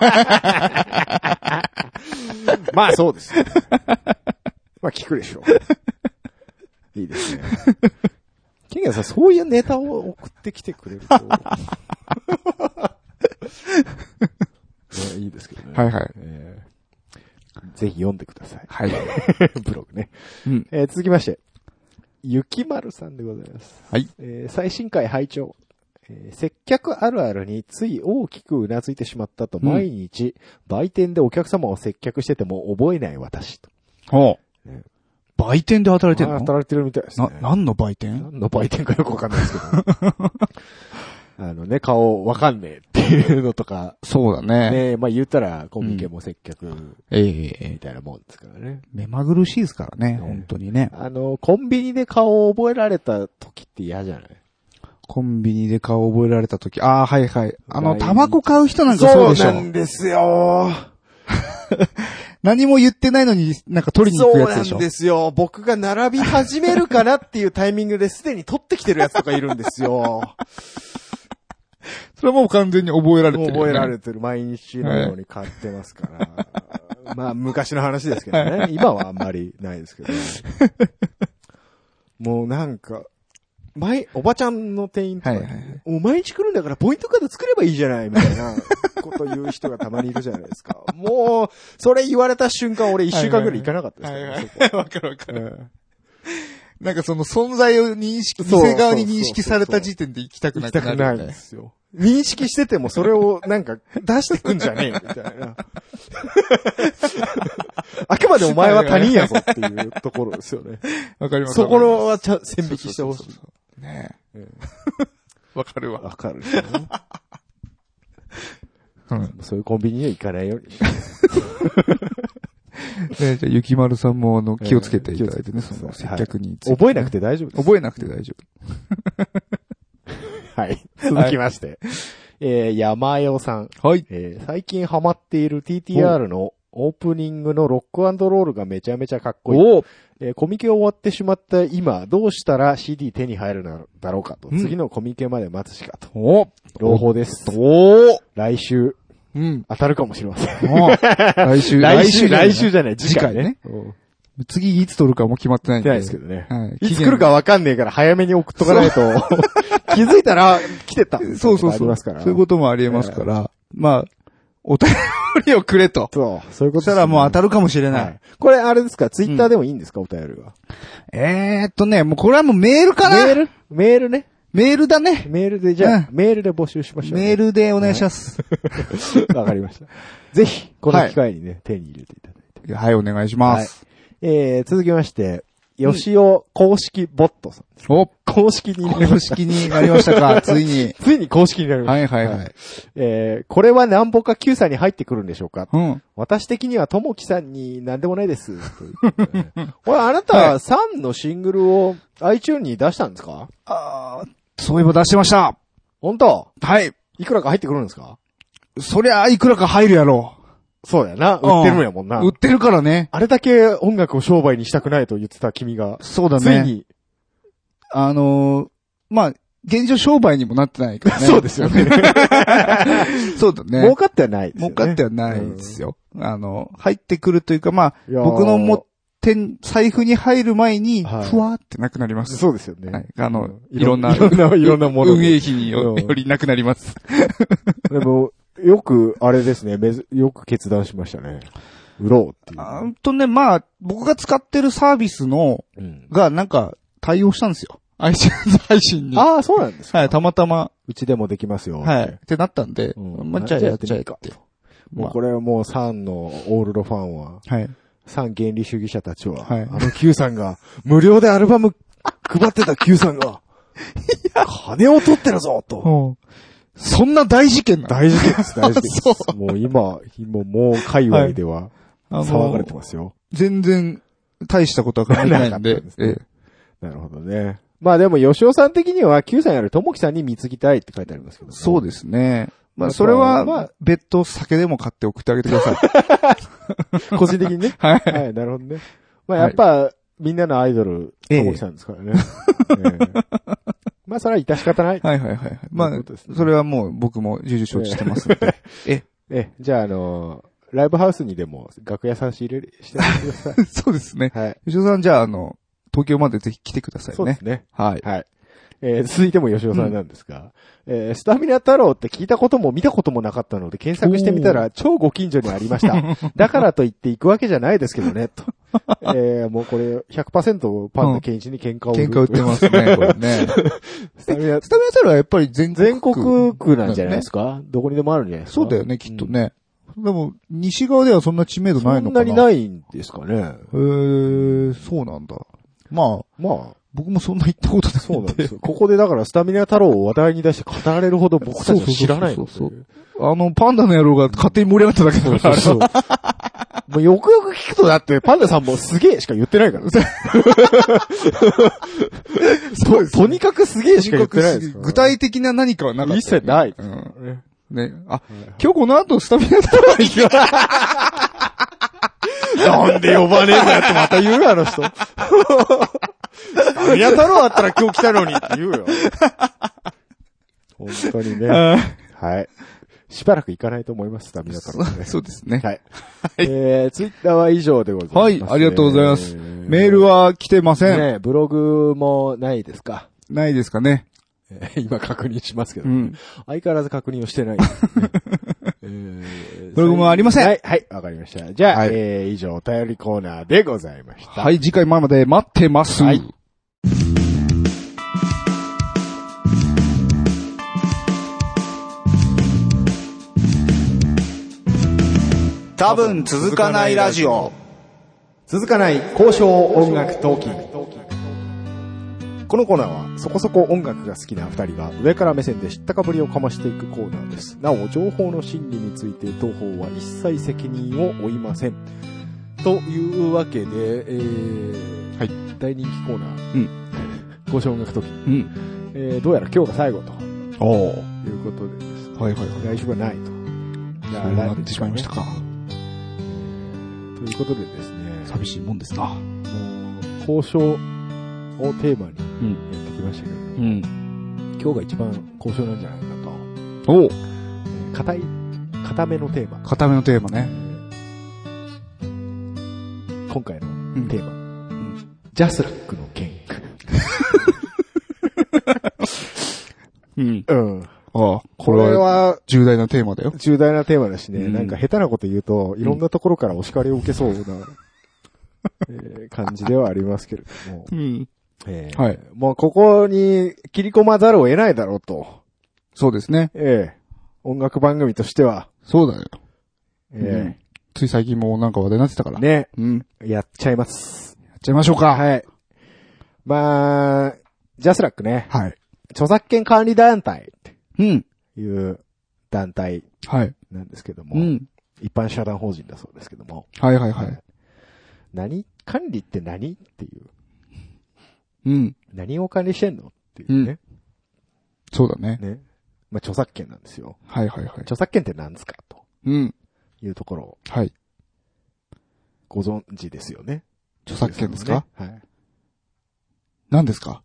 まあそうです。まあ聞くでしょう。いいですね。ケンケンさん、そういうネタを送ってきてくれると。ね、いいですけどね。 はいはい。 えーぜひ読んでください。 はい。 ブログね。 うん。 えー、続きまして、ゆきまるさんでございます。 はい。 えー、最新回拝聴。えー、接客あるあるについ大きくうなずいてしまったと、毎日、売店でお客様を接客してても覚えない私と。 ほう。ね、売店で働いてるの？ 働いてるみたいですね。 な、何の売店？ 何の売店かよくわかんないですけど。あのね、顔わかんねえっていうのとか。 そうだね。 ね、まあ言ったらコミケも接客、うん、ええみたいなもんですからね。 目まぐるしいですからね、ね、本当にね。 あの、コンビニで顔を覚えられた時って嫌じゃない？ コンビニで顔を覚えられた時、ああ、はいはい。あの、タバコ買う人なんかそうでしょ。 そうなんですよ。 何も言ってないのになんか取りに行くやつでしょ。 そうなんですよ。僕が並び始めるかなっていうタイミングですでに取ってきてるやつとかいるんですよ。 それはもう完全に覚えられてる、ね。 覚えられてる。毎日のように買ってますから。はい、まあ、昔の話ですけどね。今はあんまりないですけど。もうなんか、前、おばちゃんの店員とか、はいはいはい、お毎日来るんだからポイントカード作ればいいじゃないみたいなこと言う人がたまにいるじゃないですか。もう、それ言われた瞬間俺一週間ぐらい行かなかったですからね。はいはいはい、わかるわかる。うんなんかその存在を認識、店側に認識された時点で行きたくなくなる、ね。行きたくないんですよ。 認識しててもそれをなんか出してくんじゃねえみたいな。あくまでお前は他人やぞっていうところですよね。 わかります。 そこのはちゃ線引きしてほしい。そうそうそうねえ。わかるわ。 わかる、ねうん。そういうコンビニには行かないように。 ね、じゃあ、ゆきまるさんも、あの、気をつけていただいてね、えー、その、接客に、ねはい。覚えなくて大丈夫です。 覚えなくて大丈夫。はい。続きまして。はい、えー、山代さん。 はい。 えー、最近ハマっている ティーティーアール のオープニングのロック&ロールがめちゃめちゃかっこいい。おえー、コミケ終わってしまった今、どうしたら シーディー 手に入るのだろうかと。次のコミケまで待つしかと。 お朗報です。 お来週。うん。当たるかもしれません。 来週、 来週、来週じゃない、次回ね。 次いつ撮るかも決まってないんで。 ないですけどね。はい。いつ来るかわかんねえから早めに送っとかないと、気づいたら来てた。 そうそうそう。ありますから。そういうこともありえますから、まあ、お便りをくれと。 そう。そういうことしたらもう当たるかもしれない。 これあれですか、ツイッターでもいいんですか、お便りは。 えーっとね、もうこれはもうメールかな。 メールメールね。 メールだね。 メールで、じゃあ、メールで募集しましょう。 メールでお願いします。 わかりました。ぜひ、この機会にね、手に入れていただいて。 はい、お願いします。 えー、続きまして、吉尾公式ボットさん。 お公式になりました。 公式になりましたか、ついに。 ついに公式になりました。 はいはいはい。 えー、これはなんぼか Q さんに入ってくるんでしょうか。 うん。 私的にはともきさんになんでもないです。これあなた、さんのシングルを iTunes に出したんですか？ あー、そういえば出してました。 本当？ はい。 いくらか入ってくるんですか？ そりゃ、いくらか入るやろう。 そうだよな。売ってるんやもんな。 売ってるからね。 あれだけ音楽を商売にしたくないと言ってた君が。 そうだね。 ついに。 あのー、まあ、現状商売にもなってないからね。 そうですよね。 そうだね。 儲かってはないですよね。 儲かってはないですよ。うん、あの、入ってくるというか、まあ、僕のも、手、財布に入る前に、ふわーってなくなります。 そうですよね。 はい。あの、いろんな、 いろんな、いろんなもの。 運営費によりなくなります。 でも、よく、あれですね、めず、よく決断しましたね。売ろうっていう。 あんとね、まあ、僕が使ってるサービスの、うん、が、なんか、対応したんですよ。iTunes 配信に。 ああ、そうなんですか。 はい、たまたま。 うちでもできますよ。 はい。ってなったんで、うん、まあ、じゃあやっちゃえかって。 もうこれはもうさんのオールドファンは、 はい。 さん原理主義者たちは、はい。あの Q さんが、無料でアルバム配ってた Q さんが、金を取ってるぞと。 そんな大事件なの？ 大事件です、大事件です。もう今、今もう界隈では騒がれてますよ。 全然大したことは考えてないんで。ええ、 なるほどね。まあでも、吉尾さん的には Q さんよりともきさんに貢ぎたいって書いてありますけど。 そうですね。まあそれは、まあ、別途酒でも買って送ってあげてください。個人的にね。 はい。 はい、なるほどね。まあやっぱ、はい、みんなのアイドル、ともきさんですからね。ええまあ、それは致し方ない。 はいはいはい。まあ、ね、それはもう僕も重々承知してますので。 え、え、じゃあ、あのー、ライブハウスにでも楽屋差し入れしてください。 そうですね。 はい。 吉田さん、じゃあ、あの、東京までぜひ来てくださいね。 そうですね。 はい。 はい。 えー、続いても吉尾さんなんですが、うん、えー、スタミナ太郎って聞いたことも見たこともなかったので検索してみたら超ご近所にありました。だからといって行くわけじゃないですけどね、と。えー、もうこれ ひゃくパーセント パンダケンイチに喧嘩を売る、 うん。喧嘩売ってますね、これね。スタミナ、スタミナ太郎はやっぱり全国区、 全国区なんじゃないですか、ね、どこにでもあるんじゃないですか。 そうだよね、きっとね。うん、でも、西側ではそんな知名度ないのかな。 そんなにないんですかね。 へー、そうなんだ。まあ、まあ、僕もそんな言ったことないんで。 そうなんですよ。ここでだからスタミナ太郎を話題に出して語られるほど僕たちは知らないの。そうそうそうそう。 あの、パンダの野郎が勝手に盛り上がっただけだから。そうそうもうよくよく聞くとだってパンダさんもすげえしか言ってないから。と, とにかくすげえしか言ってないです。 具体的な何かはなかった、ね。 一切ない。 うん。ね。あ、今日この後スタミナ太郎行きなんで呼ばねえんだよってまた言うよ、あの人。スタミナ太郎あったら今日来たのにって言うよ。本当にね。はい。しばらく行かないと思います、スタミナ太郎、ね。 そうですね。 はい。えー、ツイッターは以上でございます。 はい、ありがとうございます。メールは来てません。 ね、ブログもないですか？ ないですかね。 今確認しますけど、ね、うん、相変わらず確認をしてない、ねえー。 ブログもありません。 はい、はい、わかりました。じゃあ、はい、えー、以上、お便りコーナーでございました。 はい、次回前まで待ってます。はい。 多分続かないラジオ。 続かない交渉音楽トーキン。このコーナーはそこそこ音楽が好きな二人が上から目線で知ったかぶりをかましていくコーナーです。なお情報の真偽について当方は一切責任を負いません。というわけで、えーはい、大人気コーナー、うん、交渉音楽トーキン、うんえー、どうやら今日が最後とおいうことでですね、 はいはいはい、 来週はないと。 じゃあなってしまいましたか。 ということでですね、 寂しいもんですな。もう交渉をテーマにやってきましたけど、うん、今日が一番交渉なんじゃないかと。 おう、 硬い硬めのテーマ。 硬めのテーマね。 今回のテーマ、うん、ジャスラックの件。 うん。 うん。 ああ、これは重大なテーマだよ。 重大なテーマだしね、うん、なんか下手なこと言うと、いろんなところからお叱りを受けそうな、うんえー、感じではありますけれども。うんえー、はい。もうここに切り込まざるを得ないだろうと。 そうですね。 ええー。音楽番組としては。 そうだよ。 ええーうん。 つい最近もなんか話題になってたから。 ね。うん。やっちゃいます。 やっちゃいましょうか。 はい。まあ、ジャスラックね。 はい。 著作権管理団体。 うん。 いう団体。 はい。 なんですけども。 うん。 一般社団法人だそうですけども。 はいはいはい。 何管理って何っていう。 うん。 何を管理してんのっていうね、うん。 そうだね。 ね。まあ、著作権なんですよ。 はいはいはい。 著作権って何ですかと。 うん。 いうところを。 はい。 ご存知ですよね。 著作権ですか？ はい。 何ですか？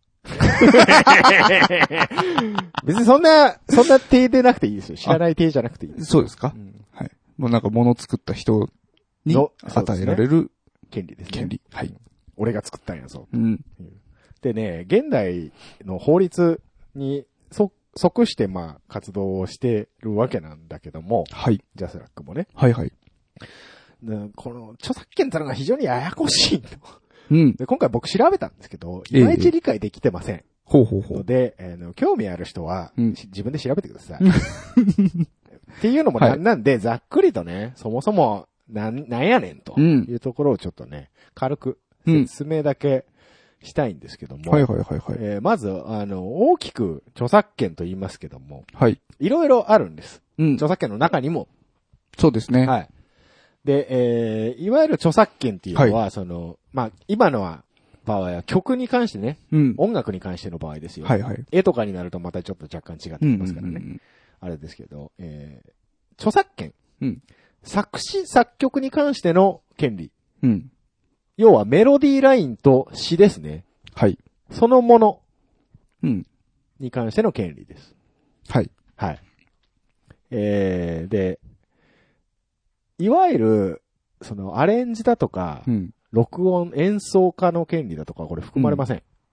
別にそんな、そんな体でなくていいですよ。知らない体じゃなくていいです。 そうですか、うん、はい。もうなんか物を作った人に与えられる権利ですね。 権利。はい。 俺が作ったんやぞ。 うん。 でね、現代の法律にそ即してまあ活動をしてるわけなんだけども。 はい。 ジャスラックもね。 はいはい。 でこの著作権ってのが非常にややこしいと。 うん。 で今回僕調べたんですけど、いまいち理解できてません。ええ、 ほうほうほう。 で、えー、興味ある人は、うん、自分で調べてください。っていうのもなんなんで、はい、ざっくりとね、そもそも、なん、なんやねんというところをちょっとね、軽く説明だけしたいんですけども。 はいはいはいはい。 えー、まず、あの、大きく著作権と言いますけども。 はい。 いろいろあるんです。 うん。 著作権の中にも。 そうですね。 はい。で、えー、いわゆる著作権っていうのは、はい、その、まあ、今のは、場合は曲に関してね、うん、音楽に関しての場合ですよ。 はいはい。 絵とかになるとまたちょっと若干違ってきますからね。うんうんうん、あれですけど、えー、著作権、 うん、 作詞作曲に関しての権利、 うん、 要はメロディーラインと詩ですね。 はい。 そのものに関しての権利です。 はい。 はい。えー、で、いわゆるそのアレンジだとか。 うん、 録音、演奏家の権利だとか、これ含まれません。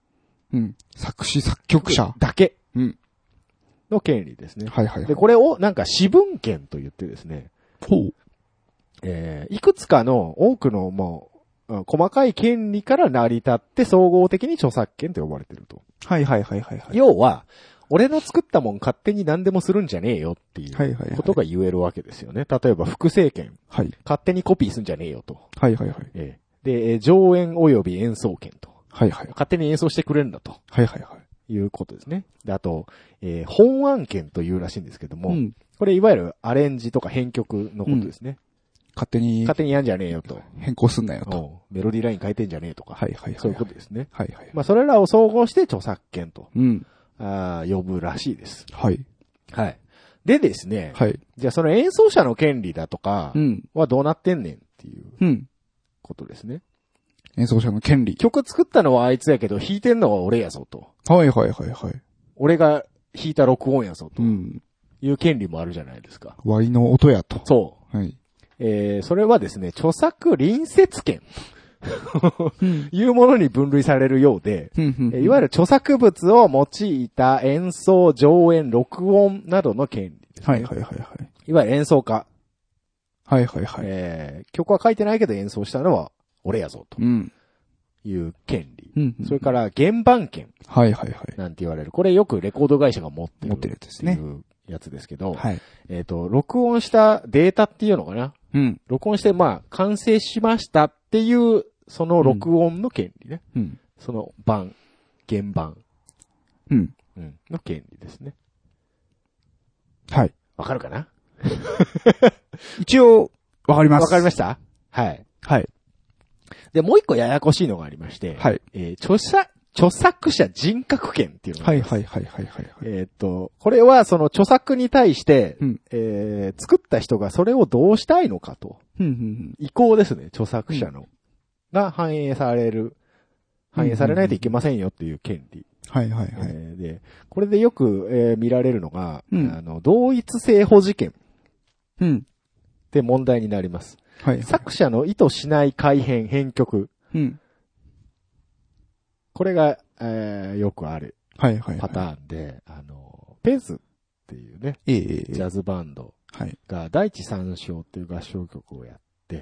うん。作詞作曲者だけ。 うん。 の権利ですね。 はいはいはい。 で、これをなんか私文権と言ってですね。 ほう。 えー、いくつかの多くのもう、うん、細かい権利から成り立って総合的に著作権と呼ばれていると。 はいはいはいはい、はい。 要は、俺の作ったもん勝手に何でもするんじゃねえよっていうことが言えるわけですよね。例えば複製権。はい。勝手にコピーすんじゃねえよと。 はいはいはい。 えー、で、上演及び演奏権と。 はいはい。 勝手に演奏してくれるんだと。 はいはいはい。 いうことですね。で、あと、えー、本案権というらしいんですけども、うん、これいわゆるアレンジとか編曲のことですね。うん勝手に。 勝手にやんじゃねえよと。 変更すんなよと。 メロディーライン変えてんじゃねえとか。 はいはいはい、はい。 そういうことですね。 はいはい。 まあそれらを総合して著作権と。 うん。 あ呼ぶらしいです。 はい。 はい。でですね。 はい。 じゃあその演奏者の権利だとか、はどうなってんねんっていう。 うん。 ことですね。 演奏者の権利。 曲作ったのはあいつやけど、弾いてんのは俺やぞと。 はいはいはいはい。 俺が弾いた録音やぞと。うん。いう権利もあるじゃないですか。 ワイの音やと。 そう。 はい。 えー、それはですね、著作隣接権というものに分類されるようで、いわゆる著作物を用いた演奏、上演、録音などの権利ですね。 はいはいはいはい。 いわゆる演奏家。 はいはいはい。 えー、曲は書いてないけど演奏したのは俺やぞと。いう権利。うん、それから原版権。 はいはいはい。 なんて言われる。これよくレコード会社が持ってる。 持ってるやつですね。 やつですけど、 はい。 えっと、録音したデータっていうのかな。 うん。 録音して、まあ、完成しましたっていう、その録音の権利ね。 うん。 その版、原版。 うん。 うん。の権利ですね。 はい。 わかるかな一応、わかります。 わかりましたはい。 はい。 で、もう一個ややこしいのがありまして、 はい。 えー、著作、著作者人格権っていうのがあります。 はいはいはいはいはい、はい。 えー、っと、これはその著作に対して、 うん、 えー、作った人がそれをどうしたいのかと。 うんうんうん、 意向ですね、著作者の。うん、が反映される。反映されないといけませんよっていう権利。 はいはいはい。 えー、で、これでよく、えー、見られるのが、 うん、 あの、同一性保持権。 うん。 って問題になります。 はい、はい。 作者の意図しない改変、編曲。 うん。 これが、えー、よくあるパターンで、はいはいはい、あの、ペズっていうね、 えー、 ジャズバンドが第一三章っていう合唱曲をやって、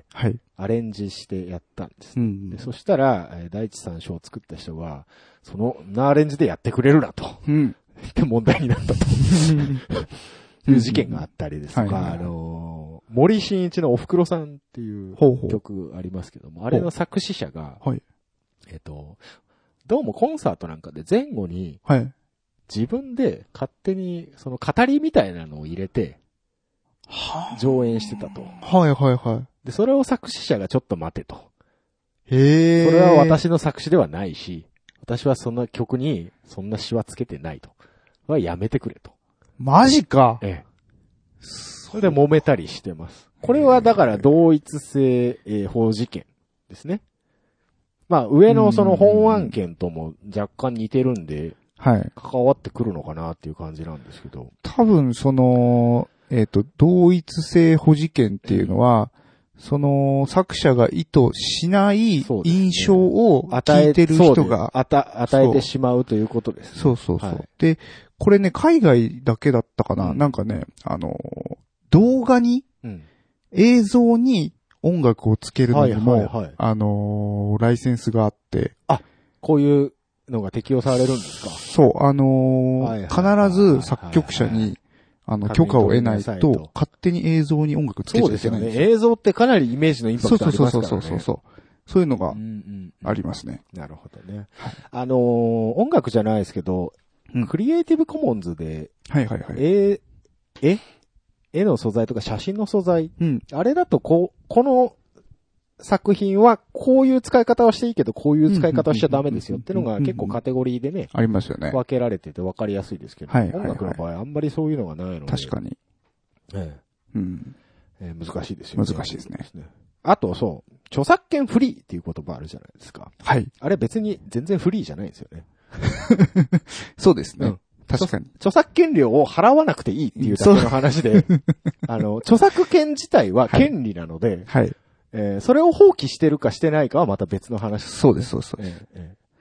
はい、 アレンジしてやったんです、 うんうん、 で。そしたら、えー、第一三章を作った人が、そのアレンジでやってくれるなと、 うん、 って問題になったという事件があったりですとか、あのー、森進一のおふくろさんっていう曲ありますけども、ほうほうあれの作詞者が、 はい、 えっと、どうもコンサートなんかで前後に、 はい、 自分で勝手にその語りみたいなのを入れて、上演してたと。 はいはいはい。 で、それを作詞者がちょっと待てと。 へー。 それは私の作詞ではないし、私はそんな曲にそんな詩はつけてないと。はやめてくれと。 マジか。 ええ。それで揉めたりしてます。これはだから同一性、えー、法事件ですね。まあ上のその本案件とも若干似てるんで、 はい。 関わってくるのかなっていう感じなんですけど。 多分その、えっと、同一性保持権っていうのは、うん、その作者が意図しない印象を聞いてる人が、 ね、与, 与えてしまうということですね。 そうそうそう。はい、で、これね、海外だけだったかな、うん、なんかね、あの、動画に、うん、映像に音楽をつけるのにも、はいはいはい、あのー、ライセンスがあって。 あ、こういうのが適用されるんですか？ そう、あのーはいはいはい、必ず作曲者に、あの、許可を得ないと、勝手に映像に音楽つけちゃいけないんですよ。そうですよね。 映像ってかなりイメージのインパクトありますからね。 そうそうそうそうそう。そういうのがありますね。 うんうん、なるほどね。はい、あのー、音楽じゃないですけど、うん、クリエイティブコモンズで、 はいはいはい。 絵、絵絵の素材とか写真の素材、 うん、 あれだとこう、この作品はこういう使い方はしていいけど、こういう使い方はしちゃダメですよっていうのが結構カテゴリーでね、 ありますよね。 分けられてて分かりやすいですけど、 はいはいはい、 音楽の場合あんまりそういうのがないので。 確かに。 ええうんえー、難しいですよね。 難しいですね。 あとそう、著作権フリーっていう言葉あるじゃないですか。 はい。 あれ別に全然フリーじゃないんですよね。 そうですね。うん、確かに。 著作権料を払わなくていいっていうだけの話で、あの、著作権自体は権利なので、 はい。はい、 えー、それを放棄してるかしてないかはまた別の話、 ね。そうです、そうです。 えーえ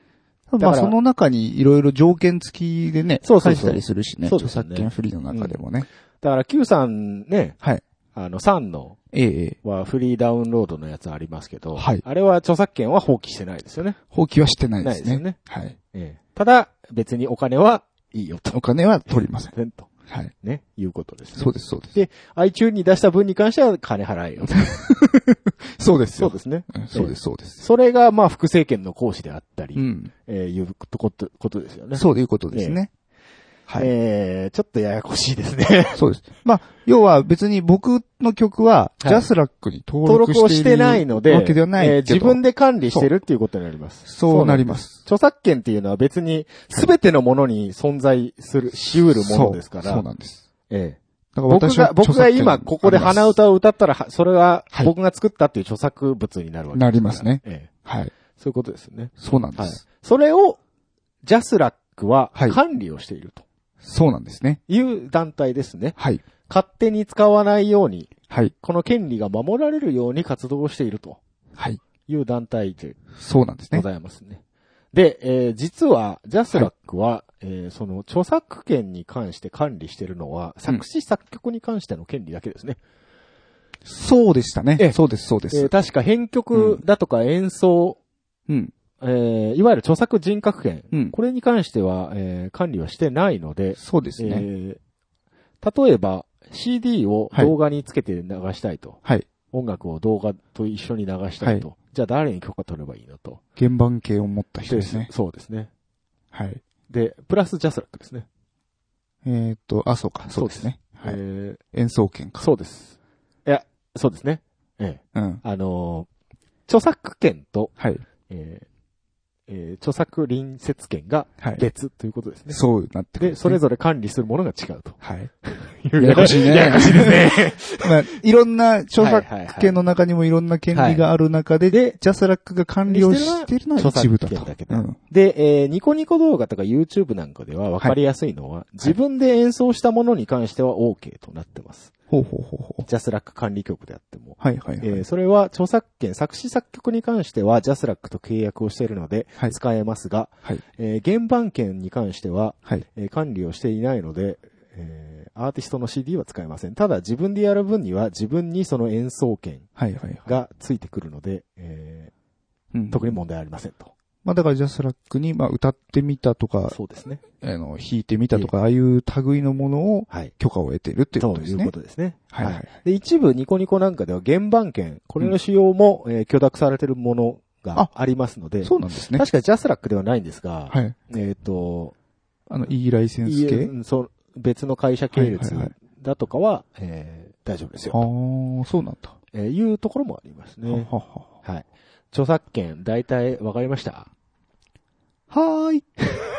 まあその中にいろいろ条件付きでね、 そうそうそう書いてたりするしね。 そうですね著作権フリーの中でもね。 だから Q さんね、 はい。 あのさんの、 ええ。 はフリーダウンロードのやつありますけど、 はいあれは著作権は放棄してないですよね。 放棄はしてないですね。 ないですよね。 はい。 ええ、ただ、別にお金はいいよと。 お金は取りません。 んと。 はい。 ね、いうことですね。 そうです、そうです。 で、iTunes に出した分に関しては金払えよと。 そうですよ。 そうですね。 そうです、そうです。 それが、まあ、複製権の行使であったり、 うん。 えー、いうこと、ことですよね。 そういうことですね。はい。 えー、ちょっとややこしいですね。 そうです。まあ、要は別に僕の曲は、ジャスラックに登録している、 登録をしてないので、 わけではないけど、 えー、自分で管理してるっていうことになります。 そうなります。 著作権っていうのは別に、すべてのものに存在する、しうるものですから。 そう、そうなんです。 ええ。 だから僕が、僕が今ここで鼻歌を歌ったら、それは僕が作ったっていう著作物になるわけです。 なりますね。 ええ。 はい。 そういうことですね。 そうなんです。 はい。それを、ジャスラックは管理をしていると。 そうなんですね。 いう団体ですね。 はい。 勝手に使わないように、 はい。 この権利が守られるように活動をしていると。 はい。 いう団体で。 そうなんですね。 ございますね。で、えー、実は、ジャスラックは、はい、えー、その、著作権に関して管理しているのは、作詞作曲に関しての権利だけですね。 うん、そうでしたね。えそうです、そうです。 えー、確か編曲だとか演奏、 うん。 えー、いわゆる著作人格権、 うん、 これに関しては、えー、管理はしてないので、 そうですね。 えー、例えば シーディー を動画につけて流したいと。 はい。 音楽を動画と一緒に流したいと。はい、じゃあ誰に許可取ればいいのと。 鍵盤系を持った人ですね。 そうですね。 はい。 で、プラスジャスラックですね。 えー、っと、あ、そうか、そうですね。 はい、えー、演奏権か。 そうです。いや、そうですね。ええ。 うん。 あのー、著作権と、 はい。 えーえー、著作隣接権が別ということですね。 はい、そうなってくる、ね。 で、それぞれ管理するものが違うと。 はい。ややこしいね。 ややこしいですね。 まあ、いろんな著作権の中にもいろんな権利がある中で、で、ジャスラックが管理をしているのは一部だと。 だけだ、うん、で、えー、ニコニコ動画とか YouTube なんかでは分かりやすいのは、はい、自分で演奏したものに関しては OK となってます。 ほうほうほうほう。 ジャスラック管理局であっても。 はいはいはい。 えー、それは著作権、作詞作曲に関してはジャスラックと契約をしているので、使えますが、 はい、 えー、原版権に関しては、 はいえー、管理をしていないので、えー、アーティストの シーディー は使えません。ただ自分でやる分には自分にその演奏権がついてくるので、えーうん、特に問題ありませんと。 まあだからジャスラックに、まあ歌ってみたとか、 そうですね。 あの、弾いてみたとか、ああいう類のものを、許可を得ているっていうことですね。 そういうことですね。 はいはい。 で、一部ニコニコなんかでは原版権、これの使用も、えー、許諾されているものがありますので、 そうなんですね。 確かにジャスラックではないんですが、 はい。 えっと、 あの、E ライセンス系そう、別の会社系列だとかは、えー、大丈夫ですよ。 ああ、そうなんだ。 えー、いうところもありますね。 ははははい。著作権、大体わかりましたはーい。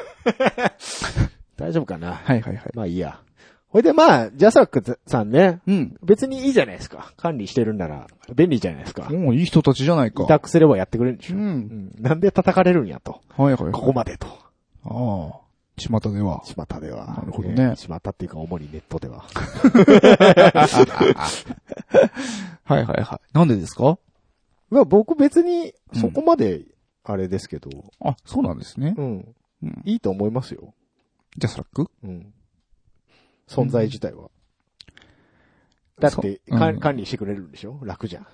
大丈夫かなはいはいはい。 まあいいや。ほいでまあ、ジャスラックさんね。 うん。 別にいいじゃないですか。管理してるんなら、便利じゃないですか。 もういい人たちじゃないか。 委託すればやってくれるんでしょ。 うん。うん、 なんで叩かれるんやと。 はいはいはい。 ここまでと。 ああ。巷では。 巷では。 なるほどね。 巷っていうか主にネットでは。 はいはいはい。なんでですか？ まあ僕別にそこまであれですけど。 うん、あ、そうなんですね。 うん。うん、いいと思いますよ。 ジャスラック？ うん。存在自体は。うん、だって、うん、管理してくれるんでしょ？楽じゃん。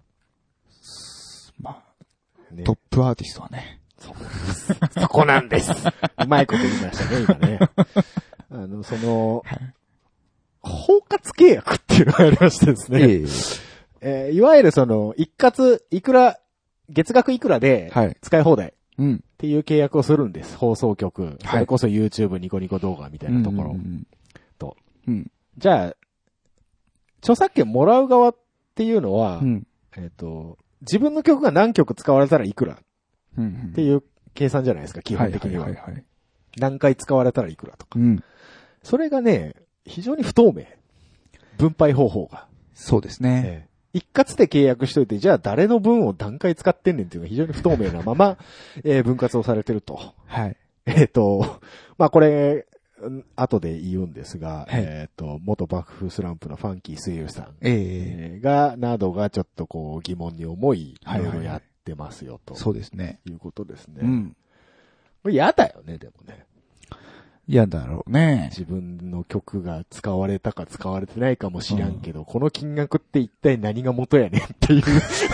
まあ、ね、トップアーティストはね。 そうです。そこなんです。うまいこと言いましたね、今ね。あの、その、はい、包括契約っていうのがありましてですね。えーえー、いわゆるその、一括、いくら、月額いくらで、使い放題。 うん。 っていう契約をするんです。放送局。それこそ YouTube ニコニコ動画みたいなところ。と。 うん。 じゃあ、著作権もらう側っていうのは、 うん、 えっと、自分の曲が何曲使われたらいくらうんうん、 っていう計算じゃないですか、基本的には。 はいはいはいはい、 何回使われたらいくらとか。 うん、 それがね、非常に不透明。分配方法が。 そうですね。 ええ、一括で契約しといて、じゃあ誰の分を何回使ってんねんっていうのが非常に不透明なまま、えー、分割をされてると。 はい。 えっと、まあこれ、後で言うんですが、 はい、 えっと、元幕府スランプのファンキー水優さん、 えー、が、などがちょっとこう疑問に思い、いろいろやってますよと。 そうですね。 いうことですね。 うん。 これ嫌だよね、でもね。 嫌だろうね。 自分の曲が使われたか使われてないかも知らんけど、うん、この金額って一体何が元やねんっていう。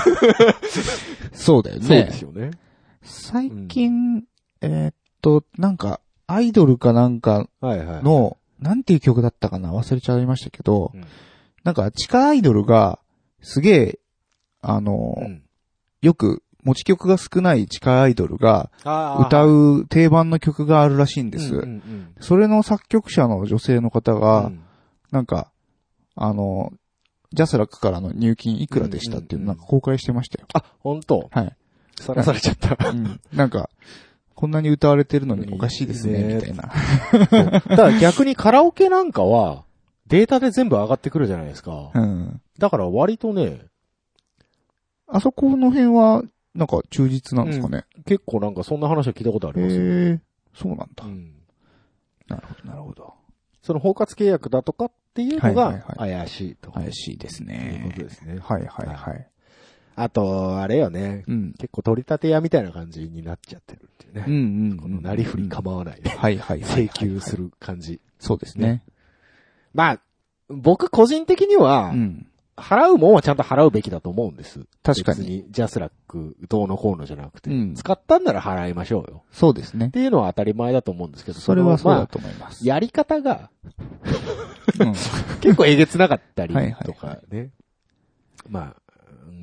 そうだよね。 そうですよね。 最近、うん、えー、っと、なんか、アイドルかなんかの、はいはいはい、なんていう曲だったかな忘れちゃいましたけど、うん、なんか、地下アイドルが、すげえ、あの、うん、よく、持ち曲が少ない地下アイドルが、歌う定番の曲があるらしいんです。うんうんうん、それの作曲者の女性の方が、うん、なんか、あの、ジャスラックからの入金いくらでしたっていうのなんか公開してましたよ。 あ、本当？ はい。 さらされちゃった。 うん。なんか、こんなに歌われてるのにおかしいですね、ねみたいな。 だから逆にカラオケなんかは、データで全部上がってくるじゃないですか。 うん。 だから割とね、 あそこの辺は、なんか忠実なんですかね、 うん。結構なんかそんな話は聞いたことありますよ。 へー、そうなんだ。うん。なるほど、なるほど。 その包括契約だとかっていうのが怪しいと。 怪しいですね。 いうことですね。 はいはいはい。 あと、あれよね、うん。結構取り立て屋みたいな感じになっちゃってるっていうね。 うんうん、うん。 このなりふり構わないで。 はいはいはい。 請求する感じ。 そうですね。ね、 まあ、僕個人的には、うん、払うもんはちゃんと払うべきだと思うんです。 確かに。別にジャスラックどうのこうのじゃなくて、うん、使ったんなら払いましょうよ。 そうですね。 っていうのは当たり前だと思うんですけど、 それはそうだと思います。 まあ、やり方が、うん、結構えげつなかったりとかね。はいはいはい、まあ、うん、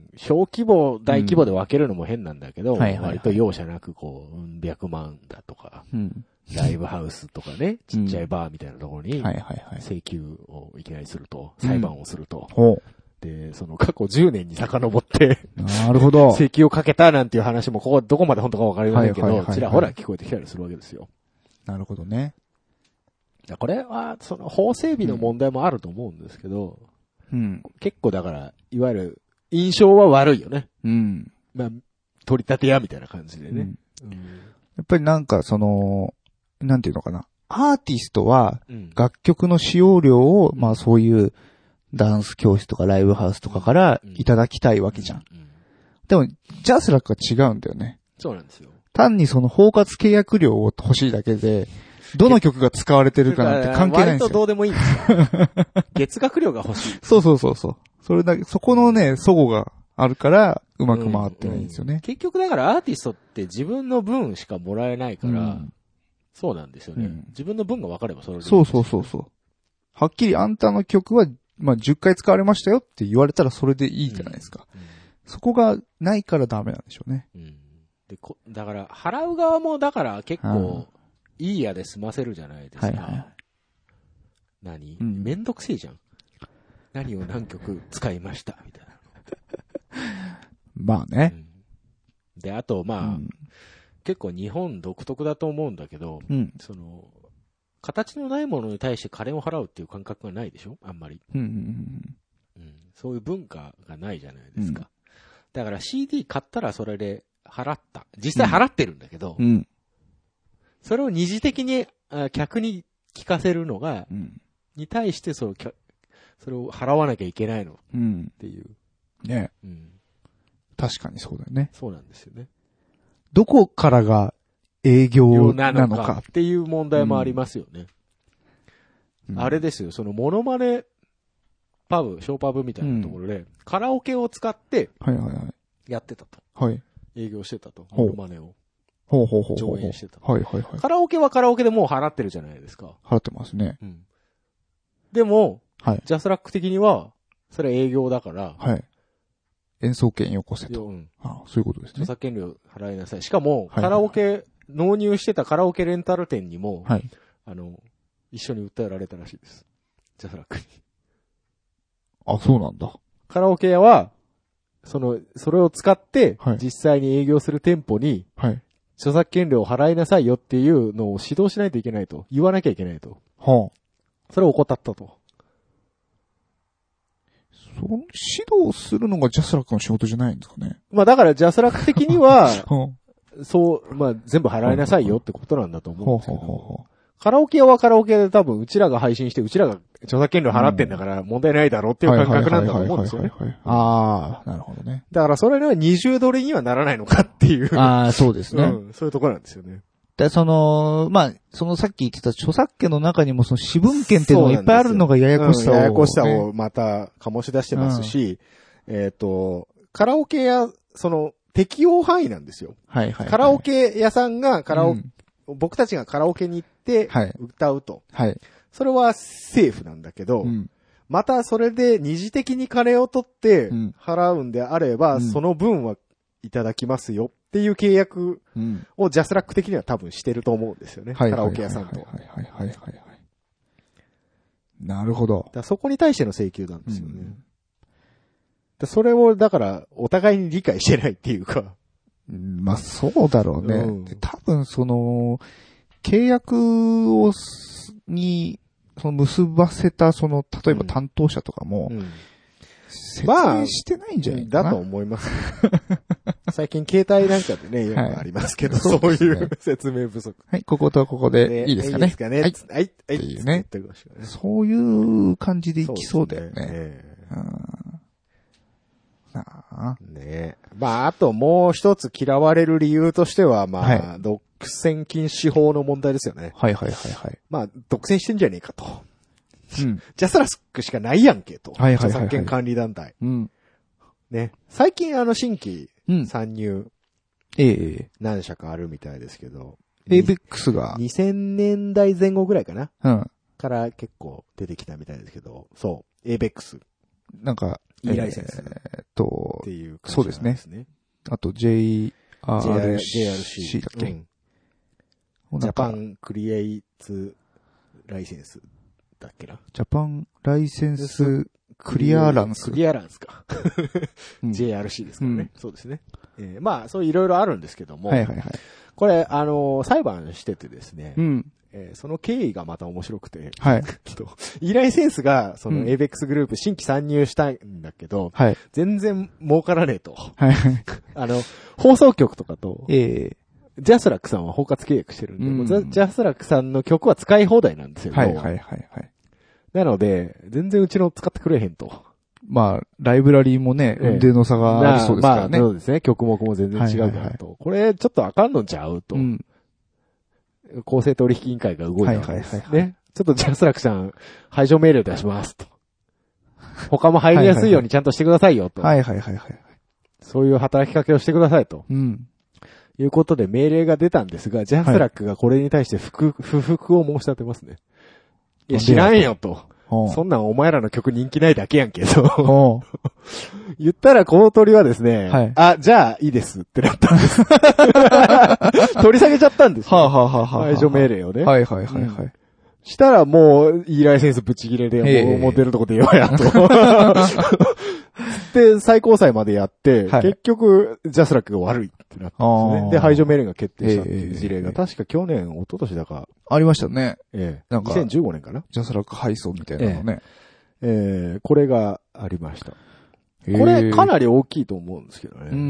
小規模、大規模で分けるのも変なんだけど、うんはいはいはい、割と容赦なくこう、うん百万だとか、うんライブハウスとかね、ちっちゃいバーみたいなところに、請求をいきなりすると、裁判をすると。 うん、 で、その過去じゅうねんに遡って、 なるほど。 請求をかけたなんていう話も、ここどこまで本当かわかりませんけど、ちらほら聞こえてきたりするわけですよ。 なるほどね。 これは、その法整備の問題もあると思うんですけど、 うん、 結構だから、いわゆる、印象は悪いよね。 うん。 まあ、取り立て屋みたいな感じでね。 うんうん、やっぱりなんかその、なんていうのかな。アーティストは、楽曲の使用料を、うん、まあそういうダンス教室とかライブハウスとかからいただきたいわけじゃん。うんうん、でも、ジャスラックは違うんだよね。 そうなんですよ。 単にその包括契約料を欲しいだけで、どの曲が使われてるかなんて関係ないんですよ。 割とどうでもいいんですよ。月額料が欲しい。 そうそうそうそう。それだけ、そこのね、齟齬があるから、うまく回ってないんですよね、うんうん。 結局だからアーティストって自分の分しかもらえないから、うんそうなんですよね。うん、自分の分が分かればそれでいい、ね。 そうそうそうそう。はっきりあんたの曲は、まあ、じゅっかい使われましたよって言われたらそれでいいじゃないですか。うんうん、そこがないからダメなんでしょうね。 うん、でこだから、払う側もだから結構、いいやで済ませるじゃないですか。はいはい、何、うん、めんどくせえじゃん。何を何曲使いましたみたいな。 まあね、 うん。で、あと、まあ、うん結構日本独特だと思うんだけど、うん、その、形のないものに対して金を払うっていう感覚がないでしょあんまり、 うんうんうんうん。そういう文化がないじゃないですか。うん、だから シーディー 買ったらそれで払った。実際払ってるんだけど、 うん、 それを二次的に客に聞かせるのが、うん、に対してそのそれを払わなきゃいけないのっていう。 うん、ね、うん。確かにそうだよね。 そうなんですよね。 どこからが営業なのかっていう問題もありますよね。うん、あれですよ、そのモノマネパブ、ショーパブみたいなところで、うん、カラオケを使ってやってたと。 はい。 営業してたと。モノマネを。 ほうほうほう。 上演してた。 はいはいはい。 カラオケはカラオケでもう払ってるじゃないですか。 払ってますね。 うん。でも、 はい、 ジャスラック的には、それ営業だから、 はい。演奏権よこせと。うん、ああそういうことですね。 著作権料払いなさい。しかも、カラオケ、はいはいはい、納入してたカラオケレンタル店にも、 はい、 あの、一緒に訴えられたらしいです。ジャスラックに。 あ、そうなんだ。 カラオケ屋は、その、それを使って、実際に営業する店舗に、 はい、 著作権料を払いなさいよっていうのを指導しないといけないと。言わなきゃいけないと。 はあ、 それを怠ったと。 その指導するのがジャスラックの仕事じゃないんですかね。 まあだからジャスラック的には、そう、まあ全部払いなさいよってことなんだと思うんですけど、カラオケ屋はカラオケで多分うちらが配信してうちらが著作権料払ってんだから問題ないだろうっていう感覚なんだと思うんですよね。 ああ、なるほどね。 だからそれは二重取りにはならないのかっていう。 ああ、そうですね、 うん。そういうところなんですよね。 で、その、まあ、そのさっき言ってた著作権の中にもその私文権っていうのがいっぱいあるのがややこしさを、ね、 うん、ややこしさをまた醸し出してますし、うん、えっ、ー、と、カラオケや、その、適用範囲なんですよ。 はいはい、はい。 カラオケ屋さんがカラオ、うん、僕たちがカラオケに行って歌うと。 はい。はい、 それはセーフなんだけど、うん、またそれで二次的に金を取って払うんであれば、うん、その分はいただきますよっていう契約をジャスラック的には多分してると思うんですよね。カラオケ屋さんと。 はいはいはいはいはい。なるほど。 だそこに対しての請求なんですよね。うんそれを、だから、お互いに理解してないっていうか。 まあ、そうだろうね。うん、多分、その、契約を、に、その結ばせた、その、例えば担当者とかも、うん、説明してないんじゃないかな、 まあ、だと思います、ね。最近、携帯なんかでね、よくありますけど、はい、そういう説明不足。 はい、こことここでいいですかね。いいですかね。 はい、はい、はい。 っていうね。そういう感じでいきそうだよね。そうですね。うんねえ。まあ、あともう一つ嫌われる理由としては、まあ、はい、独占禁止法の問題ですよね。 はいはいはいはい。 まあ、独占してんじゃねえかと。うん。ジャスラックしかないやんけと。 はいはいはい、はい。 著作権管理団体。 うん。 ね。最近あの新規参入。うん、 ええ。 何社かあるみたいですけど。 エーベックス が。 にせんねんだいぜん後ぐらいかな。 うん。 から結構出てきたみたいですけど。そう。エーベックス。 なんか、 いいライセンス。 えー、と、 っていう感じ、 ね、そうですね。あと ジェイアールシー だっけ、 うん、ジャパンクリエイツライセンスだっけな。 ジャパンライセンスクリアランス。 クリアランスか。うん、ジェイアールシー ですからね。うん、そうですね。えー、まあ、そういろいろあるんですけども。 はいはいはい。 これ、あのー、裁判しててですね。 うん。 えー、その経緯がまた面白くて。 はい。 イライセンスが、その エーベックス グループ新規参入したいんだけど、 はい。 全然儲からねえと。 はい。 あの、放送局とかと、 ええー、ジャスラックさんは包括契約してるんで、うん、もうジャスラックさんの曲は使い放題なんですよ。 はいはいはいはい。 なので、全然うちの使ってくれへんと。 まあ、ライブラリーもね、運転の差がありそうですからね。 まあ、そうですね。曲目も全然違うからと。はいはいはい、これ、ちょっとあかんのちゃうと。うん公正取引委員会が動いたんです。はいはいはい、はい。ね。ちょっとジャスラックさん、排除命令出しますと。他も入りやすいようにちゃんとしてくださいよと。 はいはいはいはい。 そういう働きかけをしてくださいと。 うん。 いうことで命令が出たんですが、ジャスラックがこれに対して不服、不服を申し立てますね。いや、知らんよと。そんなんお前らの曲人気ないだけやんけど。言ったらこの鳥はですね、はい、あ、じゃあいいですってなったんです。取り下げちゃったんですよ。 はあ、はあはあはあ、 排除命令をね。 はいはいはいはい。うん、 したらもう、いいライセンスぶち切れで、もう、もう出るとこでよやと。で、最高裁までやって、はい、結局、ジャスラックが悪いってなったんですね。で、排除命令が決定したっていう事例が、確か去年、一昨年だか。 ありましたね。 ええ。なんかにせんじゅうごねんかな。 ジャスラック配送みたいなのね。 えええー、これがありました。これ、かなり大きいと思うんですけどね。 うん。うん。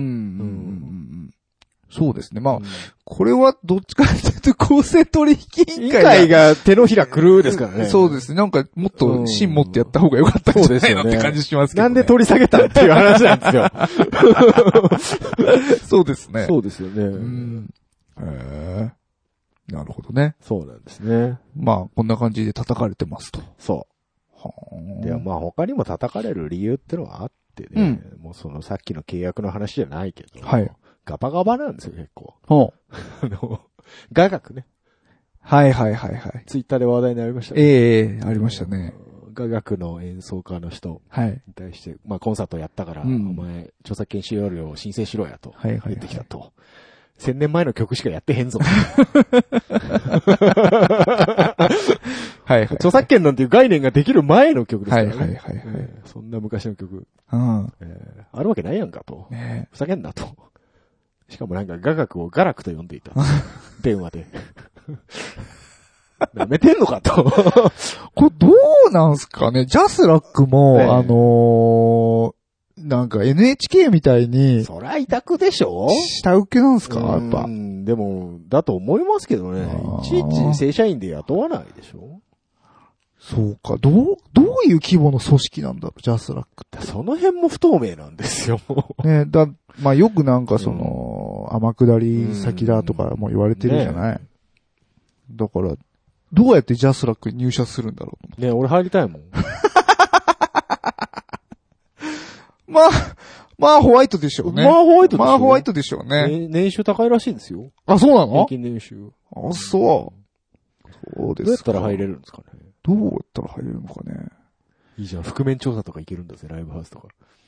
そうですね。まあ、うん、これはどっちかというと公正取引委員会が。委員会が手のひら狂うですからね。 そうですね。なんかもっと芯持ってやった方が良かったんじゃないのって感じしますけど、ね。 なんで取り下げたっていう話なんですよ。 そうですね。 そうですよね。 うん、へえ。なるほどね。 そうなんですね。 まあ、こんな感じで叩かれてますと。 そう。はあ。で、まあ他にも叩かれる理由ってのはあってね。うん、もうそのさっきの契約の話じゃないけど。 はい。 ガバガバなんですよ、結構。 ほう。 あの、雅楽ね。 はいはいはいはい。 ツイッターで話題になりましたね。 ええー、ありましたね。 雅楽の演奏家の人に対して、はい、まあコンサートやったから、うん、お前、著作権使用料を申請しろやと言ってきたと。はいはいはい、千年前の曲しかやってへんぞ。 はいはい。 著作権なんていう概念ができる前の曲ですからね。 はいはいはい、はい、 えー。そんな昔の曲。 うんえー、あるわけないやんかと。 ね、 ふざけんなと。しかもなんか雅楽を雅楽と呼んでいた。電話で。なめてんのかと。 これどうなんすかね。ジャスラックも、えー、あのー、なんか エヌエイチケー みたいに。 そりゃ委託でしょ？ 下請けなんすかやっぱ。 でも、だと思いますけどね。いちいち正社員で雇わないでしょ？ そうか。どう、どういう規模の組織なんだろう、ジャスラックって。 その辺も不透明なんですよ。 ねだ、まあよくなんかその、うん、天下り先だとかも言われてるじゃない、 ね、 だから、どうやってジャスラックに入社するんだろうと思って。 ね、俺入りたいもん。 まあ、まあホワイトでしょうね。 まあホワイトでしょうね。 まあホワイトでしょうね。 ね年収高いらしいですよ。 あ、そうなの？ 平均年収。 あ、そう。そうですか。 どうやったら入れるんですかね。 どうやったら入れるのかね。いいいじゃん。覆面調査とかいけるんだぜ、ライブハウスとか。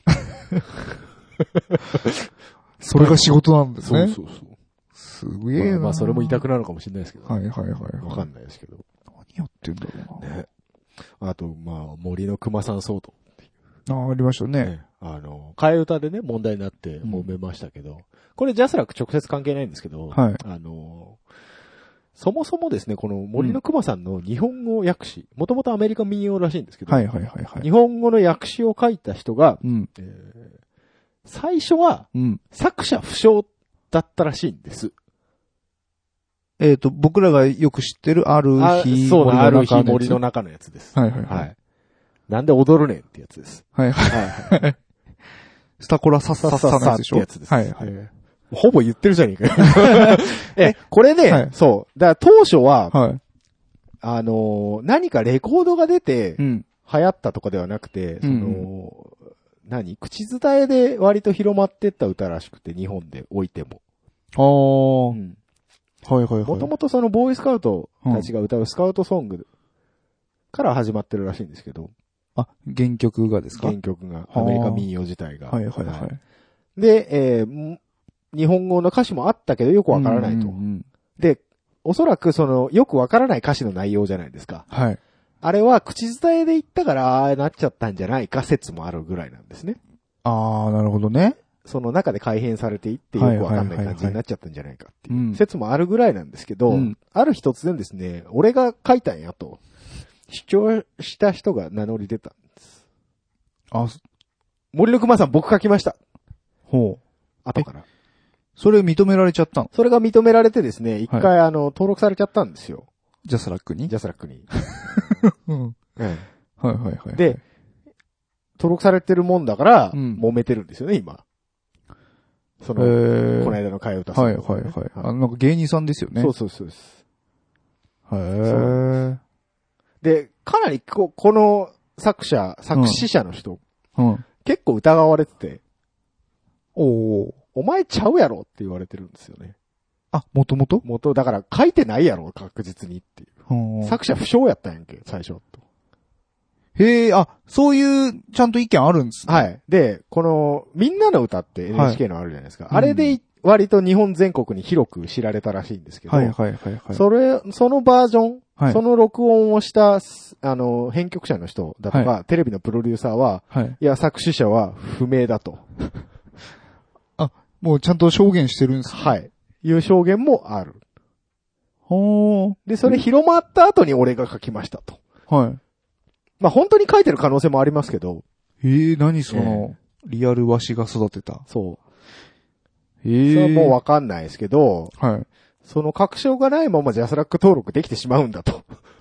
それが仕事なんですね。 そうそうそう。 すげえな、 まあ。まあそれも委託なのかもしれないですけど。 はいはいはい、はい。 わかんないですけど。 何やってんだろうな。 ね。あと、まあ、森の熊さん騒動っていう。 ああ、ありましたね。 ねあの、替え歌でね、問題になって揉めましたけど、うん、これジャスラック直接関係ないんですけど、 はい。 あの、そもそもですね、この森の熊さんの日本語訳詞、もともとアメリカ民謡らしいんですけど、 はいはいはいはい。 日本語の訳詞を書いた人が、 うん、 えー、最初は、作者不詳だったらしいんです。 えっと、僕らがよく知ってるある日そうだ、ある日森の中のやつです。 はいはいはい。はい、 なんで踊るねんってやつです。 はいはいはい。スタコラサッサッサのやつでしょ？ ってやつです。 はいはい。 ほぼ言ってるじゃねえかよ。え、これね、はい、そう。だから当初は、はい、あのー、何かレコードが出て、流行ったとかではなくて、うん、その、何口伝えで割と広まってった歌らしくて、日本で置いても。 あー。うん、はいはいはい。 もともとそのボーイスカウトたちが歌うスカウトソングから始まってるらしいんですけど。 あ、原曲がですか？ 原曲が。アメリカ民謡自体が。 はいはいはい。 で、えー、日本語の歌詞もあったけどよくわからないと。うんうんうん、で、おそらくそのよくわからない歌詞の内容じゃないですか。 はい。 あれは口伝えで言ったからああなっちゃったんじゃないか説もあるぐらいなんですね。 ああ、なるほどね。 その中で改変されていってよくわかんない感じになっちゃったんじゃないかっていう説もあるぐらいなんですけど、うん、ある日突然ですね、俺が書いたんやと主張した人が名乗り出たんです。 あ、 森の熊さん僕書きました。 ほう。 後から。 それ認められちゃったの？ それが認められてですね、一回、はい、あの、登録されちゃったんですよ。 ジャスラックに？ ジャスラックに。 うん。うん。はいはいはい。 で、登録されてるもんだから、うん、揉めてるんですよね、今。その、この間の替え歌さん、 ね。はいはいはい。あの、なんか芸人さんですよね。 そうそうそうです。 へー。 で、かなりこ、この作者、作詞者の人、 うんうん、 結構疑われてて、 おー。 お前ちゃうやろって言われてるんですよね。 あ、もともともと、だから書いてないやろ、確実にっていう。作者不詳やったんやんけ、最初。 へえ、あ、そういう、ちゃんと意見あるんですね。 はい。で、この、みんなの歌って エヌエイチケー のあるじゃないですか。はい、あれで、割と日本全国に広く知られたらしいんですけど。 はいはいはいはい。 それ、そのバージョン、はい、その録音をした、あの、編曲者の人だとか、はい、テレビのプロデューサーは、はい、いや、作詞者は不明だと。 あ、もうちゃんと証言してるんですね。 はい。いう証言もある。 ほー。 で、それ広まった後に俺が書きましたと。 はい。 まあ本当に書いてる可能性もありますけど。 ええー、何その、えー、リアルわしが育てた。 そう。 ええー。 それはもうわかんないですけど。 はい。 その確証がないままジャスラック登録できてしまうんだと。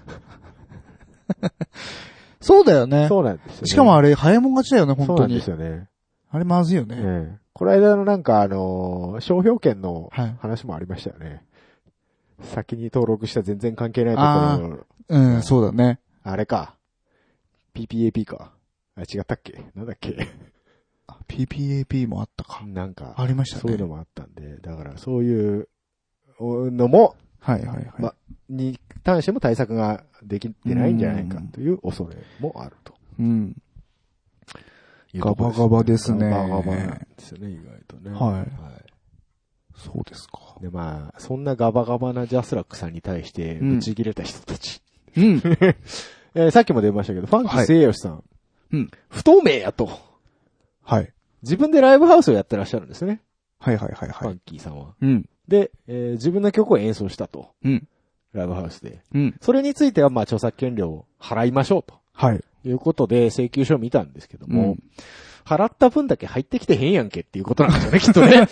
そうだよね。 そうなんですよね。 しかもあれ、早いもん勝ちだよね、本当に。 そうなんですよね。 あれまずいよね。 ええ、この間のなんかあのー、商標権の話もありましたよね。はい、先に登録した全然関係ないところ。 うん、そうだね。 あれか。ピーピーエーピー か。あ、違ったっけなんだっけピーピーエーピー もあったか。 なんか。 ありましたね。 そういうのもあったんで、だからそういうのも、 はいはいはい。 ま、に関しても対策ができてないんじゃないかという恐れもあると。 うん。ガバガバですね。 ガバガバなんですよね、意外とね。 はい。はい。そうですか。 で、まあ、そんなガバガバなジャスラックさんに対して、ぶち切れた人たち。 うん。 えー、さっきも出ましたけど、ファンキー聖吉さん。はい、 うん。 不透明やと。 はい。 自分でライブハウスをやってらっしゃるんですね。 はいはいはいはい。 ファンキーさんは。 うん。 で、えー、自分の曲を演奏したと。 うん。 ライブハウスで。 うん。 それについては、まあ、著作権料を払いましょうと。 はい。 いうことで、請求書を見たんですけども、うん、払った分だけ入ってきてへんやんけっていうことなんですよね、きっとね。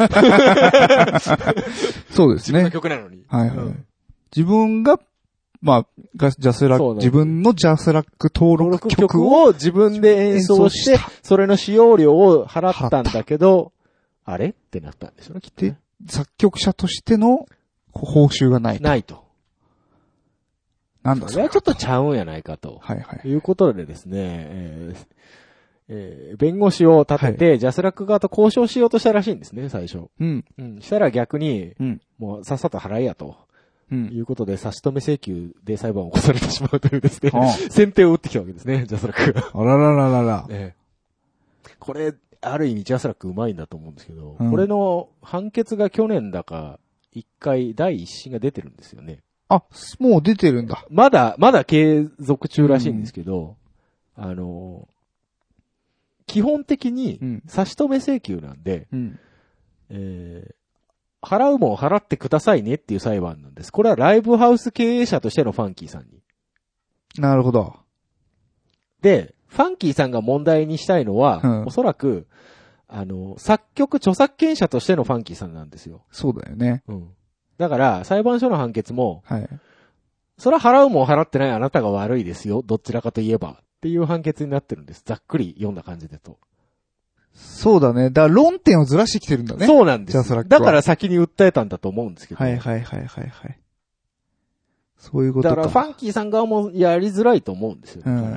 そうですね。 自分の曲なのに。 はいはい。うん、自分が、まあ、ジャスラック、自分のジャスラック登録曲を自分で演奏して、それの使用料を払ったんだけど、あれってなったんですよね、きっと、ね。 で、作曲者としての報酬がないと。 ないと。 なんだそれはちょっとちゃうんやないかと。 はいはい。 いうことでですね、えーえー、弁護士を立てて、はい、ジャスラック側と交渉しようとしたらしいんですね、最初。 うん。 うん。したら逆に、 うん。 もうさっさと払えやと。 うん。 いうことで、差し止め請求で裁判を起こされてしまうというですね、先手を打ってきたわけですね、ジャスラックが。 あららららら。 ね、これ、ある意味ジャスラックうまいんだと思うんですけど、 うん、 これの判決が去年だか、一回第一審が出てるんですよね。 あ、もう出てるんだ。 まだ、まだ継続中らしいんですけど、うん、あの、基本的に差し止め請求なんで、 うん、 えー払うもん払ってくださいねっていう裁判なんです。これはライブハウス経営者としてのファンキーさんに。 なるほど。 で、ファンキーさんが問題にしたいのは、うん、おそらく、あの、作曲著作権者としてのファンキーさんなんですよ。 そうだよね。 うん。だから、裁判所の判決も、 はい。 それは払うもん払ってないあなたが悪いですよ。どちらかといえば。っていう判決になってるんです。ざっくり読んだ感じでと。 そうだね。だから論点をずらしてきてるんだね。 そうなんです。だから先に訴えたんだと思うんですけど。 はいはいはいはいはい。そういうことか。 だからファンキーさん側もやりづらいと思うんですよ。 うん。うん、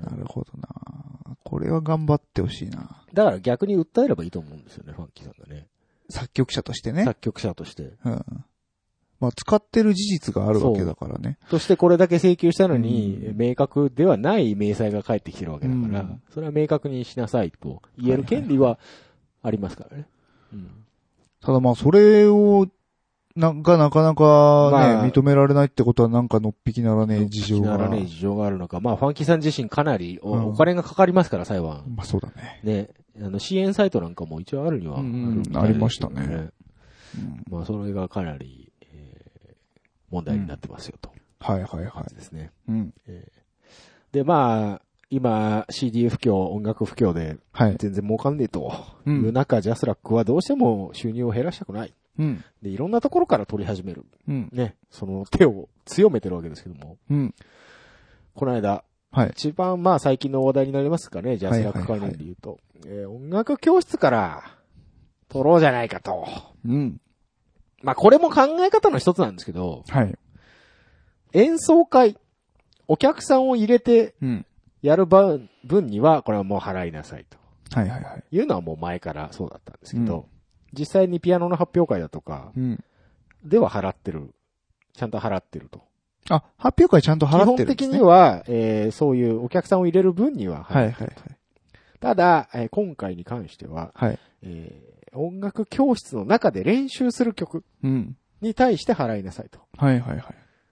なるほどな。これは頑張ってほしいな。 だから逆に訴えればいいと思うんですよね、ファンキーさんがね。 作曲者としてね。 作曲者として。 うん。まあ、使ってる事実があるわけだからね。 そしてこれだけ請求したのに、うん、明確ではない明細が返ってきてるわけだから、うん、それは明確にしなさいと言える権利はありますからね。うん、 ただまあ、それを、なんかなかなかね、まあ、認められないってことはなんかのっぴきならねえ事情が。 のっぴきならねえ事情があるのか。まあ、ファンキーさん自身かなりお、うん、お金がかかりますから、裁判。 まあそうだね。 ね。あの、支援サイトなんかも一応あるにはある、ね、 うん、ありましたね。 うん、まあ、それがかなり、問題になってますよと、 うん。はいはいはい。 ですね。 うん。 えー、で、まあ、今 シーディー 不況、音楽不況で、全然儲かんねえという中、うん、ジャスラックはどうしても収入を減らしたくない。 うん。 で、いろんなところから取り始める。 うん。 ね。その手を強めてるわけですけども。 うん。 この間、 はい。 一番まあ最近の話題になりますかね、ジャスラック関連で言うと。はいはいはい、えー、音楽教室から取ろうじゃないかと。 うん。 まあこれも考え方の一つなんですけど、 はい。 演奏会、お客さんを入れて、やる分には、これはもう払いなさいと。 はいはいはい。 いうのはもう前からそうだったんですけど、うん、実際にピアノの発表会だとか、 うん、 では払ってる。ちゃんと払ってると。 あ、発表会ちゃんと払ってるんですね。 基本的には、えー、そういうお客さんを入れる分には払ってる。はいはいはい。ただ、えー、今回に関しては、 はい。 えー音楽教室の中で練習する曲に対して払いなさいと。 うん、はいはいはい。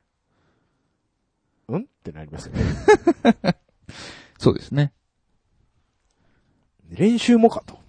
うんってなりますよね。 そうですね。 練習もかと。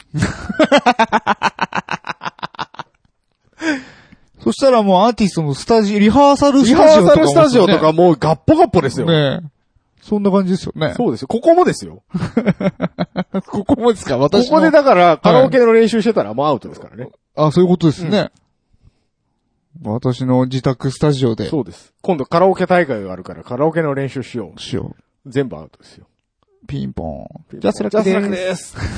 そしたらもうアーティストのスタジオ、リハーサルスタジオとか、ね、リハーサルスタジオとかもうガッポガッポですよ。 ねえ。そんな感じですよね。 そうですよ。ここもですよ。 ここもですか私ここでだからカラオケの練習してたらもうアウトですからね。 あ、そういうことですね。うん、私の自宅スタジオで。 そうです。今度カラオケ大会があるからカラオケの練習しよう。 しよう。全部アウトですよ。 ピンポーン。 ピンポンジャスラックです。ジャ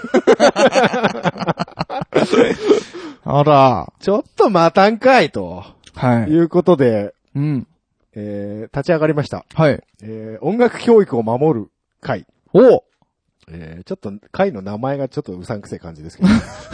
スラックです。 あら。 ちょっと待たんかいと。 はい。 いうことで。 うん。 えー、立ち上がりました。 はい。 えー、音楽教育を守る会。 おえー、ちょっと会の名前がちょっとうさんくせえ感じですけど。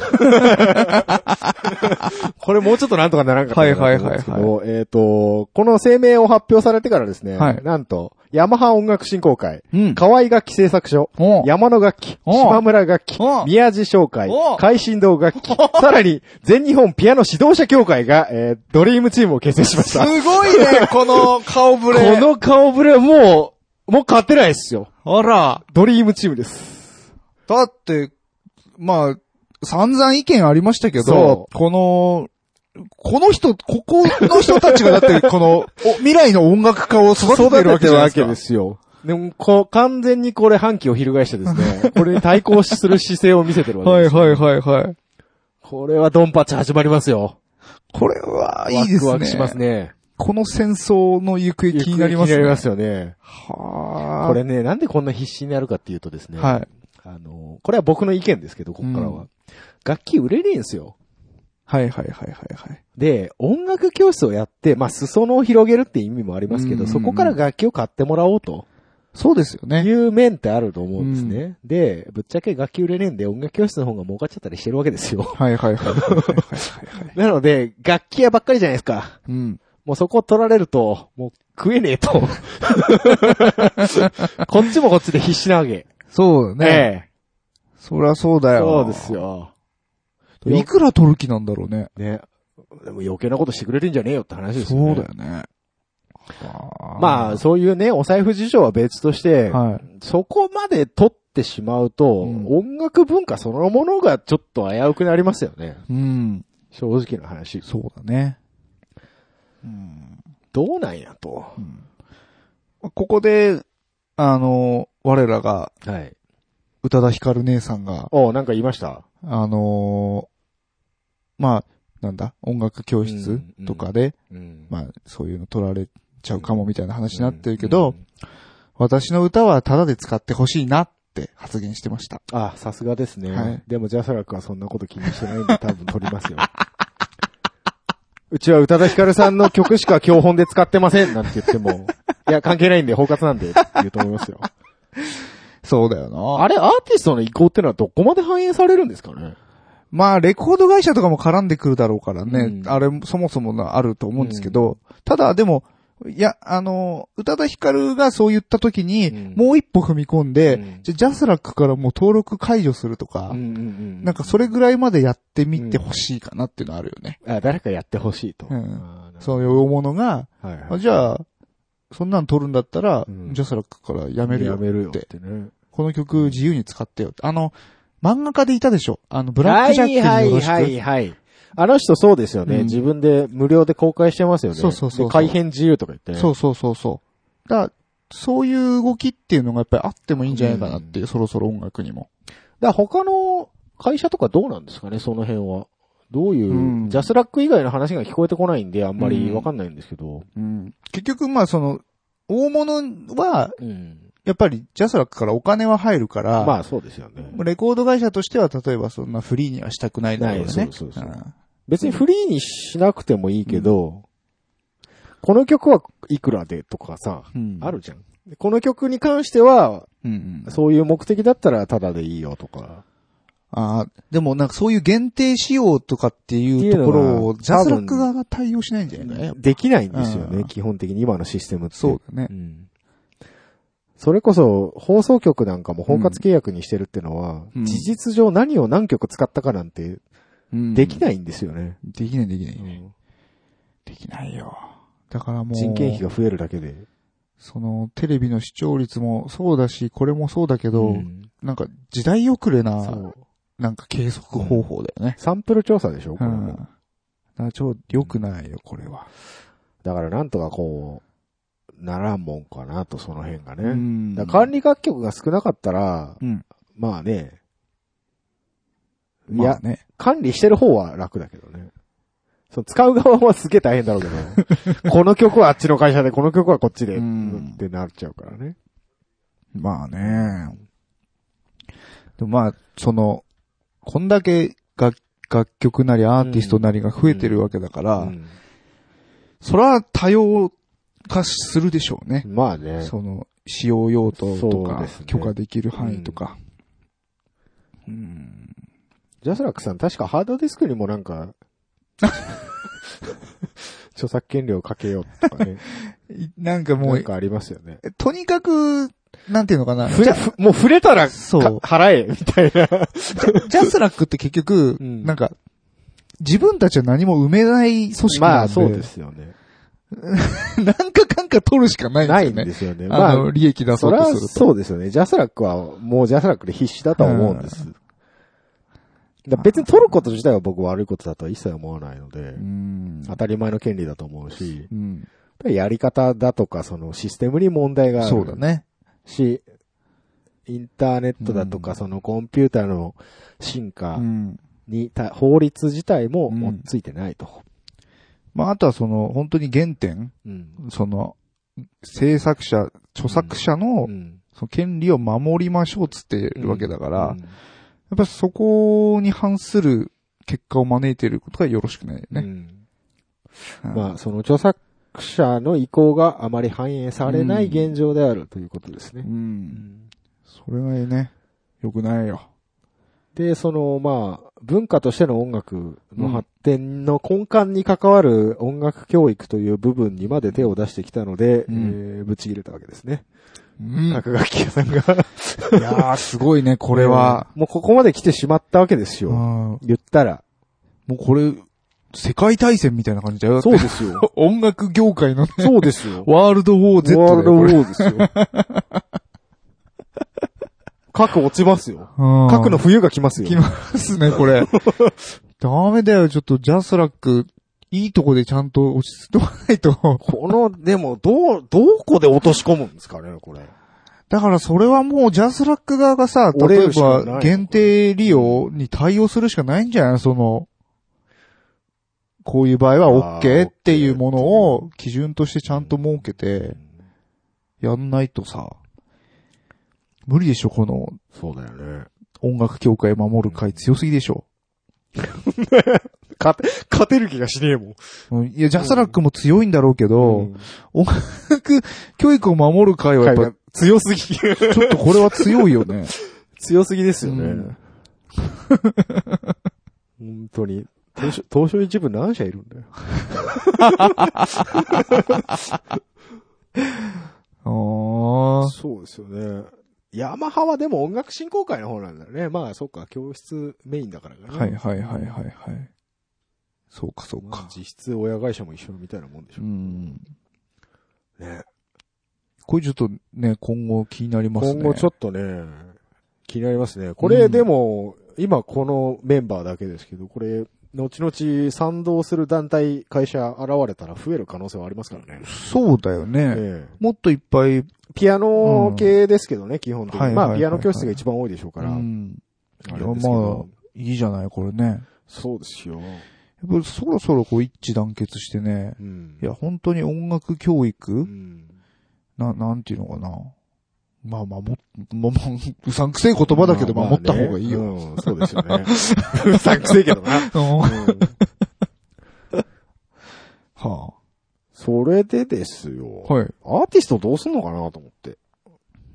これもうちょっとなんとかならんかったなと思うんですけど、はいはいはいはい、えっ、ー、と、この声明を発表されてからですね、はい、なんと、ヤマハ音楽振興会、うん、河合楽器製作所、山野楽器、島村楽器、宮地商会、海進堂楽器、さらに全日本ピアノ指導者協会が、えー、ドリームチームを結成しました。 すごいね、この顔ぶれ。 この顔ぶれはもう、もう勝てないですよ。 あら。 ドリームチームです。 だって、まあ、散々意見ありましたけど、この、この人、ここの人たちがだって、この、未来の音楽家を育ててるわけじゃないですか。育ててるわけですよ。でも、こう、完全にこれ反旗を翻してですね、これに対抗する姿勢を見せてるわけです。 はいはいはいはい。 これはドンパチ始まりますよ。 これはいいですね。 ワクワクしますね。 この戦争の行方気になりますね。気になりますよね。 はあ。 これね、なんでこんな必死になるかっていうとですね。 はい。 あの、これは僕の意見ですけど、ここからは。うん、楽器売れねえんすよ。 はいはいはいはいはい。 で、音楽教室をやって、まあ、裾野を広げるって意味もありますけど、 うんうんうん、 そこから楽器を買ってもらおうと。 そうですよね。 いう面ってあると思うんですね。 うん、 で、ぶっちゃけ楽器売れねえんで音楽教室の方が儲かっちゃったりしてるわけですよ。 はいはいはいはいはいはい、はい。 なので、楽器屋ばっかりじゃないですか。 うん。 もうそこを取られると、もう食えねえと。こっちもこっちで必死なわけ。 そうだね。ええ。そりゃそうだよ。 そうですよ。 いくら取る気なんだろうね。 ね。でも余計なことしてくれるんじゃねえよって話ですよね。 そうだよね。 まあ、そういうね、お財布事情は別として、はい、そこまで取ってしまうと、うん、音楽文化そのものがちょっと危うくなりますよね。 うん。 正直な話。 そうだね。 うん、どうなんやと、うん。 ここで、あの、我らが、 はい。 宇多田ヒカル姉さんが、 お、なんか言いました。 あのー、まあ、なんだ、音楽教室とかで、うんうん、まあ、そういうの取られちゃうかもみたいな話になってるけど、うんうん、私の歌はタダで使ってほしいなって発言してました。 あ、さすがですね。はい、でもジャスラックはそんなこと気にしてないんで多分取りますよ。うちは宇多田ヒカルさんの曲しか教本で使ってませんなんて言っても、いや関係ないんで包括なんでって言うと思いますよ。 そうだよな。 あれアーティストの意向ってのはどこまで反映されるんですかね。 まあ、レコード会社とかも絡んでくるだろうからね。うん、あれ、そもそもあると思うんですけど、うん、ただ、でも、いや、あの、宇多田ヒカルがそう言った時に、うん、もう一歩踏み込んで、うん、じゃ、ジャスラックからもう登録解除するとか、うんうんうん、なんかそれぐらいまでやってみてほしいかなっていうのはあるよね。 うん、あ、誰かやってほしいと。 うん、そういうものが、はいはい、じゃあ、そんなん取るんだったら、うん、ジャスラックからやめるよって。やめるよってね。この曲自由に使ってよって。あの、漫画家でいたでしょ、あの、ブラックジャックによろしく。 はいはいはいはい。あの人そうですよね、うん。自分で無料で公開してますよね。 そうそうそうそう。 改編自由とか言って、ね。 そうそうそうそう。だからそういう動きっていうのがやっぱりあってもいいんじゃないかなっていう、うん、そろそろ音楽にも。 だから他の会社とかどうなんですかね、その辺は。どういう、うん、ジャスラック以外の話が聞こえてこないんで、あんまりわかんないんですけど。 うんうん、結局まあその、大物は、うん、やっぱりジャスラックからお金は入るから。 まあそうですよね。 レコード会社としては例えばそんなフリーにはしたくないだろうね。 そうそうそう、うん。別にフリーにしなくてもいいけど、うん、この曲はいくらでとかさ、うん、あるじゃん。この曲に関しては、うんうん、そういう目的だったらタダでいいよとか。 ああ、でもなんかそういう限定仕様とかっていうところをジャスラック側が対応しないんじゃない？ できないんですよね、基本的に今のシステムって。 そうだね。 うんそれこそ、放送局なんかも包括契約にしてるってのは、うん、事実上何を何曲使ったかなんて、できないんですよね。 うん、できないできない、うん。できないよ。だからもう。 人件費が増えるだけで。 その、テレビの視聴率もそうだし、これもそうだけど、うん、なんか時代遅れな、なんか計測方法だよね。 サンプル調査でしょこれも。うん、だからちょっと良くないよ、これは。 だからなんとかこう、ならんもんかなと、その辺がね。うん、だ管理楽曲が少なかったら、うん、まあね。いや、まあね、管理してる方は楽だけどね。その使う側はすげえ大変だろうけど、この曲はあっちの会社で、この曲はこっちで、うん、ってなっちゃうからね。 まあね。でもまあ、その、こんだけ楽、楽曲なりアーティストなりが増えてるわけだから、うんうん、それは多様化するでしょうね。 まあね。 その、使用用途とか、ね、許可できる範囲とか。 うん。うん、ジャスラックさん確かハードディスクにもなんか、著作権料かけようとかね。 なんかもう、 なんかありますよね。 とにかく、なんていうのかな。 ふれ、もう触れたら、そう。払え、みたいなジャ。ジャスラックって結局、うん、なんか、自分たちは何も埋めない組織なんで。 まあそうですよね。 なんかかんか取るしかないんですよね。 ないんですよね。 まあ、利益出そうとすると。 そうですよね。ジャスラックはもうジャスラックで必死だと思うんです。だ別に取ること自体は僕悪いことだとは一切思わないので、うん当たり前の権利だと思うし、うん、やり方だとかそのシステムに問題がある。 そうだね。 し、インターネットだとかそのコンピューターの進化に、うん、法律自体も追っついてないと。うんまあ、あとはその、本当に原点、うん、その、制作者、著作者の、うん、その権利を守りましょうっつってるわけだから、うんうん、やっぱそこに反する結果を招いていることがよろしくないよね。 うんうん、まあ、その著作者の意向があまり反映されない現状であるということですね。 うん。うん、それがね、良くないよ。 で、その、まあ、文化としての音楽の発展の根幹に関わる音楽教育という部分にまで手を出してきたので、うんえー、ぶち切れたわけですね。うん、各楽器屋さんが。いやー、すごいね、これは、 えー。もうここまで来てしまったわけですよ。言ったら。 もうこれ、世界大戦みたいな感じだよ。 そうですよ。 音楽業界のね。 そうですよ。 ワールドウォー Z だよ。 ワールドウォーですよ。核落ちますよ。核の冬が来ますよ。 来ますね、これ。ダメだよ、ちょっとジャスラック、いいとこでちゃんと落ち着いておかないと。 この、でも、どう、どこで落とし込むんですかね、これ。 だからそれはもうジャスラック側がさ、例えば限定利用に対応するしかないんじゃない？その、こういう場合は OK っていうものを基準としてちゃんと設けて、やんないとさ、無理でしょ、この。 そうだよね。 音楽協会守る会強すぎでしょ。 勝て、勝てる気がしねえもん。いや、ジャスラックも強いんだろうけど、うん、音楽教育を守る会はやっぱ強すぎ。ちょっとこれは強いよね。 強すぎですよね。うん、本当に。東証、東証一部何社いるんだよ。 ああ。 そうですよね。ヤマハはでも音楽振興会の方なんだよね。まあ、そうか、教室メインだからかな。 はいはいはいはいはい。そうかそうか。まあ、 実質親会社も一緒みたいなもんでしょ。うん。ね。 これちょっとね、今後気になりますね。 今後ちょっとね、気になりますね。これでも、うん、今このメンバーだけですけど、これ、後々賛同する団体、会社現れたら増える可能性はありますからね。 そうだよね。ええ、もっといっぱい。 ピアノ系ですけどね、うん、基本的に。はいはいはいはい、まあ、ピアノ教室が一番多いでしょうから。うん。 あれですけど、まあ、いいじゃない、これね。 そうですよ。 やっぱそろそろこう一致団結してね。うん、いや、本当に音楽教育、うん、な、なんていうのかな。まあまあ、も、も、も、うさんくせえ言葉だけど守った方がいいよ。 まあまあね、うん、そうですよね。うさんくせえけどな。うん、はあ。それでですよ。はい。アーティストどうすんのかなと思って。うん。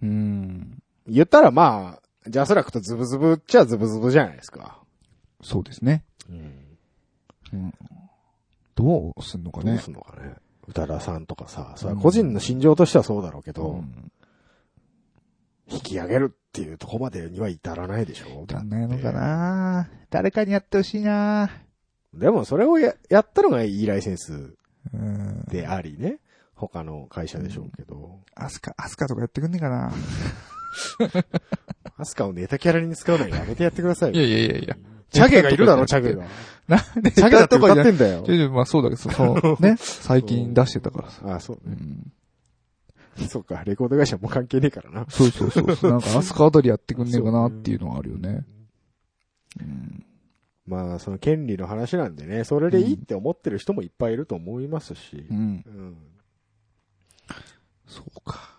言ったらまあ、ジャスラックとズブズブっちゃズブズブじゃないですか。 そうですね。うん。うん、どうすんのかね。 どうすんのかね。宇多田さんとかさ、それは個人の心情としてはそうだろうけど、うん、引き上げるっていうとこまでには至らないでしょ。 至らないのかな。誰かにやってほしいな。 でもそれを や, やったのがいいライセンスでありね。他の会社でしょうけど。 アスカ、アスカとかやってくんねえかな。 アスカをネタキャラに使うのやめてやってくださいよ。いやいやいやいや。 チャゲがいるだろ、チャゲが。 なんでチャゲだって歌ってんだよ。 いやいやまあそうだけど、そうね。最近出してたからさ。 ああ、そうね。うん、そうか、レコード会社も関係ねえからな。 そうそうそうそう。なんかアスカあたりやってくんねえかなっていうのはあるよね。 うん、まあ、その権利の話なんでね、それでいいって思ってる人もいっぱいいると思いますし。うん。うん、 そうか。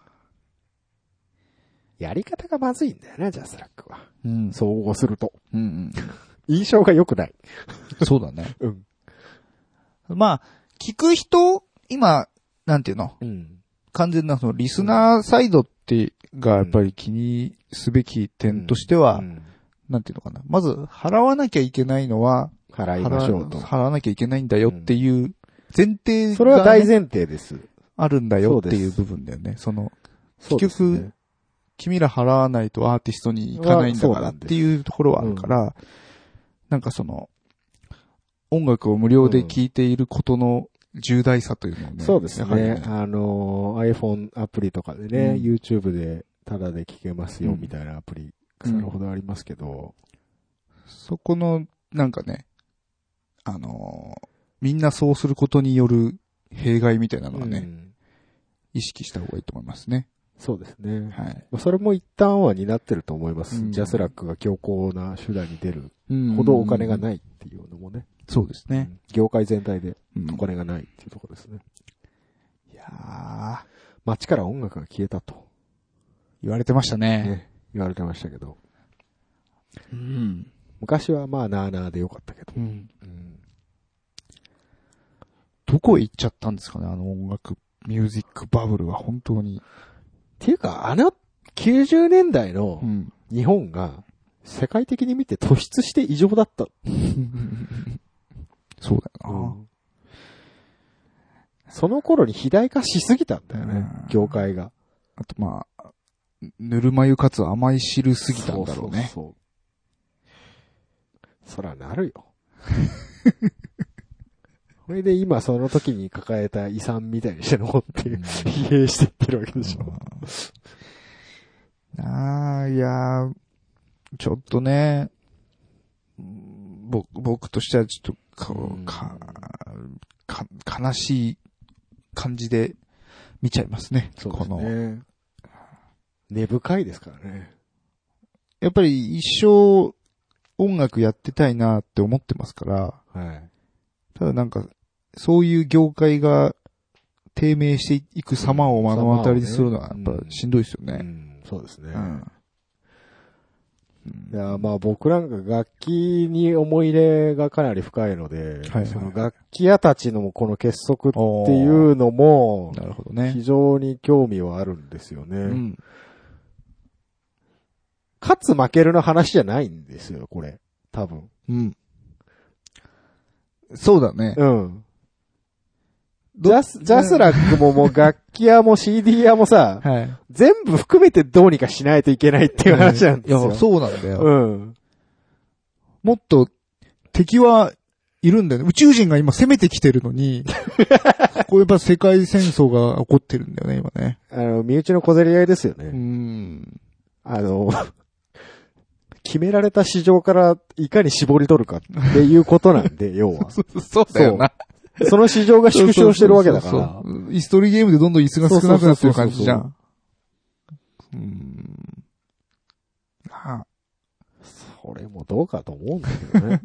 やり方がまずいんだよね、ジャスラックは。うん。総合すると。うんうん。印象が良くない。 そうだね。うん。まあ、聞く人、今、なんていうの、うん、完全なそのリスナーサイドってがやっぱり気にすべき点としては、うんうん、なんていうのかな。まず、払わなきゃいけないのは、 払いましょうと。 払わなきゃいけないんだよっていう前提が、ね、 それは大前提です。 あるんだよっていう部分だよね。その、結局、ね、君ら払わないとアーティストに行かないんだからっていうところはあるから、うん、なんかその、音楽を無料で聴いていることの重大さというのをね。 そうですね。ねあの、iPhone アプリとかでね、うん、YouTube でタダで聴けますよみたいなアプリ、腐るほどありますけど、 うん、そこの、なんかね、あの、みんなそうすることによる弊害みたいなのはね、うん、意識した方がいいと思いますね。 そうですね。はい。それも一旦は担ってると思います。うん、ジャスラックが強硬な手段に出るほどお金がないっていうのもね。 そうですね、 うん。業界全体でお金がないっていうところですね。 うん、いやー、 街から音楽が消えたと。 言われてましたね。 ね。言われてましたけど。 うん。 昔はまあなーなーでよかったけど。 うん。 うん、 どこへ行っちゃったんですかね、あの音楽、ミュージックバブルは本当に。 っていうか、あのきゅうじゅうねんだいの日本が世界的に見て突出して異常だった。 そうだよな、うん。 その頃に肥大化しすぎたんだよね、業界が。 あとまあ、ぬるま湯かつ甘い汁すぎたんだろうね。そうそうそう。 そらなるよ。それで今その時に抱えた遺産みたいにして残って、疲弊していってるわけでしょ。 ああ、いやー、ちょっとね、僕、僕としてはちょっとか、か、か、悲しい感じで見ちゃいますね。 そうですね。この根深いですからね。 やっぱり一生音楽やってたいなって思ってますから、はい、ただなんか、そういう業界が低迷していく様を目の当たりにするのはやっぱしんどいですよね。うんうん、 そうですね。うんいやまあ僕なんか楽器に思い入れがかなり深いので、はいはい、その楽器屋たちのこの結束っていうのも、なるほどね。非常に興味はあるんですよね。うん、勝つ負けるの話じゃないんですよ、これ。多分。 うん。そうだね。 うん。ジャス、ジャスラックももう楽器屋も シーディー 屋もさ、はい、全部含めてどうにかしないといけないっていう話なんですよ。いや、 そうなんだよ。 うん。 もっと敵はいるんだよね。宇宙人が今攻めてきてるのに、こうやっぱ世界戦争が起こってるんだよね、今ね。 あの、身内の小競り合いですよね。うん。あの、決められた市場からいかに絞り取るかっていうことなんで、要は。 そうだよな。 その市場が縮小してるわけだから。そうそうそうイストリーゲームでどんどん椅子が少なくなってる感じじゃん。うーん。 はあ。それもどうかと思うんだけどね。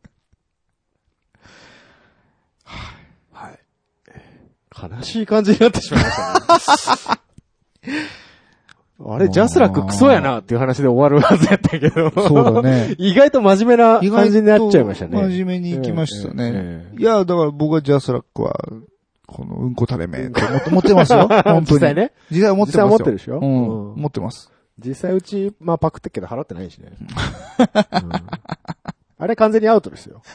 はい。悲しい感じになってしまいましたね。あれ、ジャスラッククソやなっていう話で終わるはずやったけど。 そうだね。 意外と真面目な感じになっちゃいましたね。 真面目に行きましたね。えーえー、いや、だから僕はジャスラックは、このうんこ垂れ目って持ってますよ。本当に。 実際ね。 実際持ってますよ。 実際持ってるでしょ、 うん、うん。持ってます。 実際うち、まあパクってっけど払ってないしね。うん、あれ完全にアウトですよ。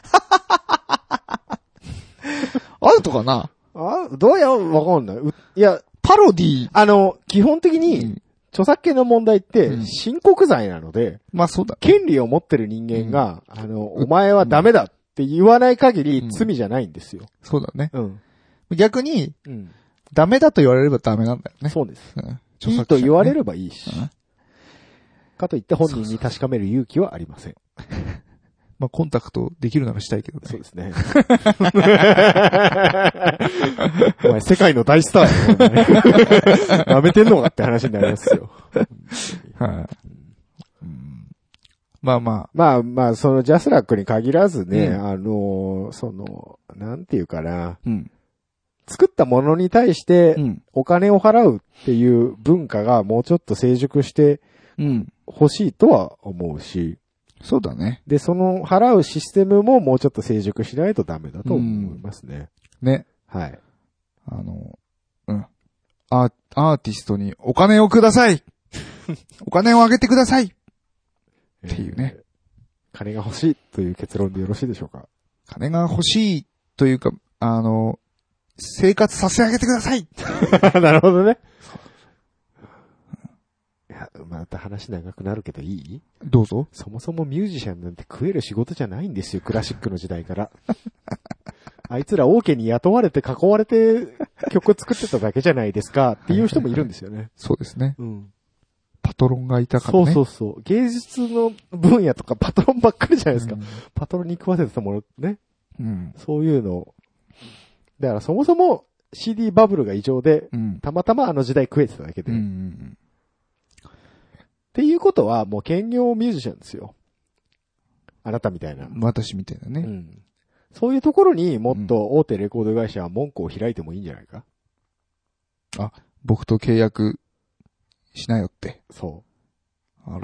アウトかなあ、どうやわかんない。いや、 パロディあの、基本的に、うん著作権の問題って申告罪なので、うん、 まあそうだ。 権利を持ってる人間が、うん、あの、お前はダメだって言わない限り罪じゃないんですよ。うん、 そうだね。うん。逆に、うん、ダメだと言われればダメなんだよね。 そうです。うん、著作権、ね、いいと言われればいいし、うん。かといって本人に確かめる勇気はありません。 まあコンタクトできるならしたいけどね。 そうですね。お前世界の大スターだよ、ね。舐めてんのかって話になりますよ。 はい、うん。まあまあ。 まあまあ、そのジャスラックに限らずね、うん、あの、その、なんていうかな。うん、作ったものに対してお金を払うっていう文化がもうちょっと成熟して欲しいとは思うし。 そうだね。 で、その払うシステムももうちょっと成熟しないとダメだと思いますね。 うん、ね。 はい。 あの、うん。アー、アーティストにお金をくださいお金をあげてくださいっていうね、えー。 金が欲しいという結論でよろしいでしょうか。 金が欲しいというか、あの、生活させ上げてくださいなるほどね。また話長くなるけどいい？ どうぞ。 そもそもミュージシャンなんて食える仕事じゃないんですよ、クラシックの時代から。あいつら王家に雇われて囲われて曲作ってただけじゃないですかっていう人もいるんですよね。はいはいはい、 そうですね。うん。パトロンがいたからね。 そうそうそう。芸術の分野とかパトロンばっかりじゃないですか。うん、パトロンに食わせてたものね。うん。そういうの。だからそもそも シーディー バブルが異常で、うん、たまたまあの時代食えてただけで。うんうんうんっていうことは、もう兼業ミュージシャンですよ。あなたみたいな。 私みたいなね。 うん。そういうところにもっと大手レコード会社は門戸を開いてもいいんじゃないか、 うん、あ、僕と契約しなよって。 そう。 あら。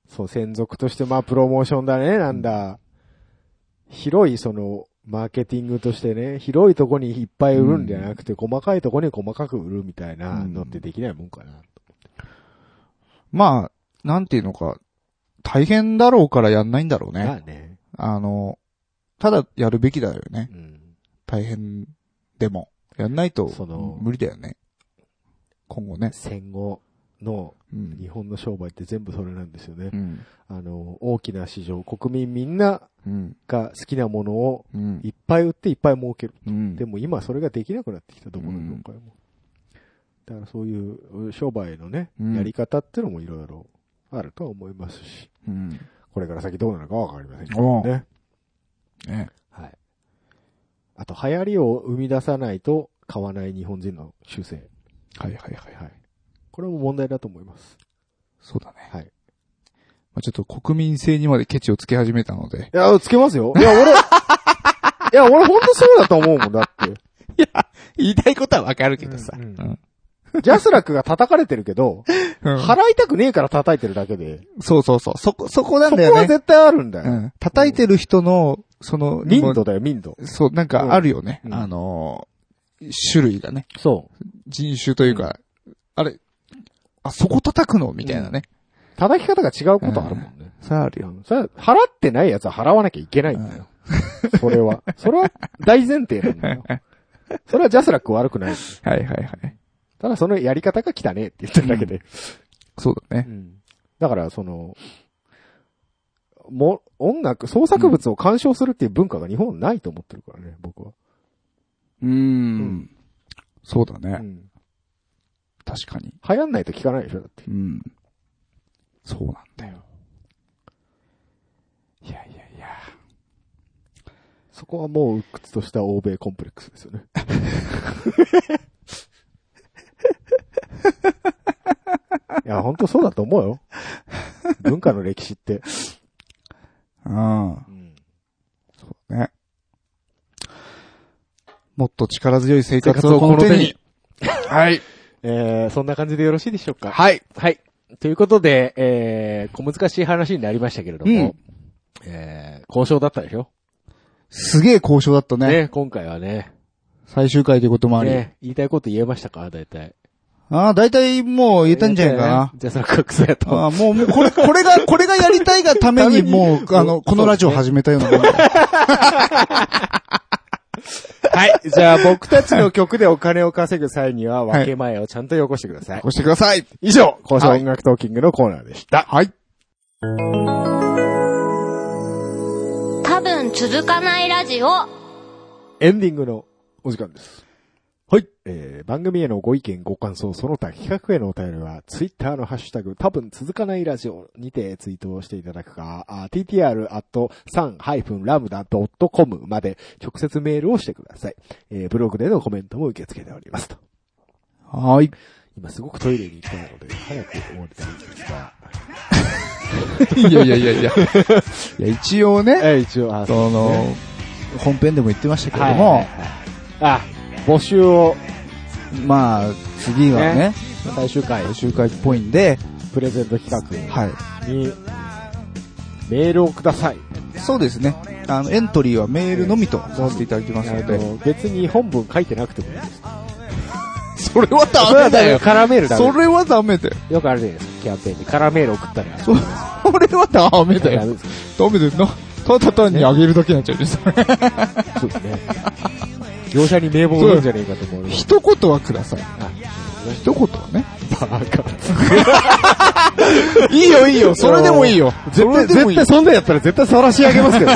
そう、専属としてまあプロモーションだね、なんだ。広いその、マーケティングとしてね、広いとこにいっぱい売るんじゃなくて、うん、細かいとこに細かく売るみたいなのってできないもんかな。うん、 まあ、なんていうのか、大変だろうからやんないんだろうね。 まあね。 あの、ただやるべきだよね。 うん、 大変でも。やんないとその無理だよね。今後ね。 戦後の日本の商売って全部それなんですよね。うん、あの、大きな市場、国民みんなが好きなものをいっぱい売っていっぱい儲ける。うん、でも今それができなくなってきたと思うの、業界も。だからそういう商売のね、うん、やり方っていうのもいろいろあるとは思いますし、うん、これから先どうなるかわかりませんけどね。ね。はい。あと流行りを生み出さないと買わない日本人の習性。 はいはいはいはい。 これも問題だと思います。 そうだね。 はい。 まあ、ちょっと国民性にまでケチをつけ始めたので。 いや、つけますよ。いや、俺、いや、俺ほんとそうだと思うもんだって。 いや、言いたいことはわかるけどさ。うんうんうん、ジャスラックが叩かれてるけど、うん、払いたくねえから叩いてるだけで。 そうそうそう。そこ、そこなんだよね。 そこは絶対あるんだよ。 うん。叩いてる人の、その、 民度だよ、民度。 そう、なんかあるよね。うん、あのー、種類がね。 そう。 人種というか、うん、あれ、あ、そこ叩くのみたいなね、 うん。叩き方が違うことあるもんね。 うん、それあるよ。 それは、払ってないやつは払わなきゃいけないんだよ。うん、それは。それは大前提なんだよ。それはジャスラック悪くない。 はいはいはい。 ただそのやり方が汚ねえって言ってるだけで。うん、 そうだね。 うん、だからその、も、音楽、創作物を鑑賞するっていう文化が日本ないと思ってるからね、僕は。 うーん。うん、そうだね。うん、確かに。 流行んないと聞かないでしょ、だって。 うん。そうなんだよ。いやいやいや。 そこはもう鬱屈とした欧米コンプレックスですよね。いや、ほんとそうだと思うよ。文化の歴史って。 うん。うん、そうね。もっと力強い生活をこの手に。 はい。えー、そんな感じでよろしいでしょうか。 はい。 はい。ということで、えー、小難しい話になりましたけれども、うん、えー、交渉だったでしょ？ すげえ交渉だったね。 ね、今回はね。 最終回ということもあり。 ね、言いたいこと言えましたか？大体。 ああ、大体もう言えたんじゃないかな。 じゃあその格差やと。 ああ、もう、もうこれ、これが、これがやりたいがためにもう、あの、このラジオ始めたようなもんだ。 はい。じゃあ僕たちの曲でお金を稼ぐ際には分け前をちゃんとよこしてください。 よこしてください。 以上、交渉音楽トーキングのコーナーでした。 はい。 多分続かないラジオ。 エンディングのお時間です。はい。えー、番組へのご意見、ご感想、その他企画へのお便りは、ツイッターのハッシュタグ、多分続かないラジオにてツイートをしていただくか、ティーティーアールアットサンラムダドットコム まで直接メールをしてください。えー、ブログでのコメントも受け付けておりますと。 はい。 今すごくトイレに行きたいので、早く終わりたいんですが。 いやいやいやいや。いや、一応ね。 え、一応、あ、 その、ね、本編でも言ってましたけども、はいはいはい、 あ、募集を、 まあ、次はね、ね最終回。 最終回っぽいんで、 プレゼント企画に、 はい、 メールをください。 そうですね。あの、エントリーはメールのみとさせていただきますので。 の別に本文書いてなくてもいいです。 それはダメだよ。 カラメールダメ。 それはダメだよ。 よくあるじゃないですか、キャンペーンで。カラメール送ったら。 それはダメだよ。ダメだよな。ただ単にあげるだけになっちゃうね。そうですね。業者に名簿を売るんじゃねえかと思う。 一言はください。一言はね。 バカ。 いいよいいよ。それでもいいよ。 絶対、絶対そんなんやったら絶対晒し上げますけど。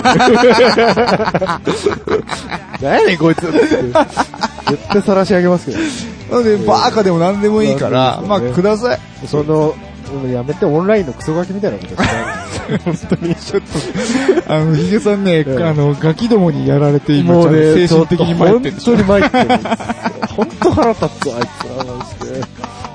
何やねんこいつ。絶対晒し上げますけど。 なので、バーカでも何でもいいから、まあください。 その、やめてオンラインのクソガキみたいなことしてない。本当にちょっと。 あの、ヒゲさんね、あの、ガキどもにやられて今、 もうね、 精神的に参ってる。 本当に参ってる。本当腹立つ、あいつら、マジで。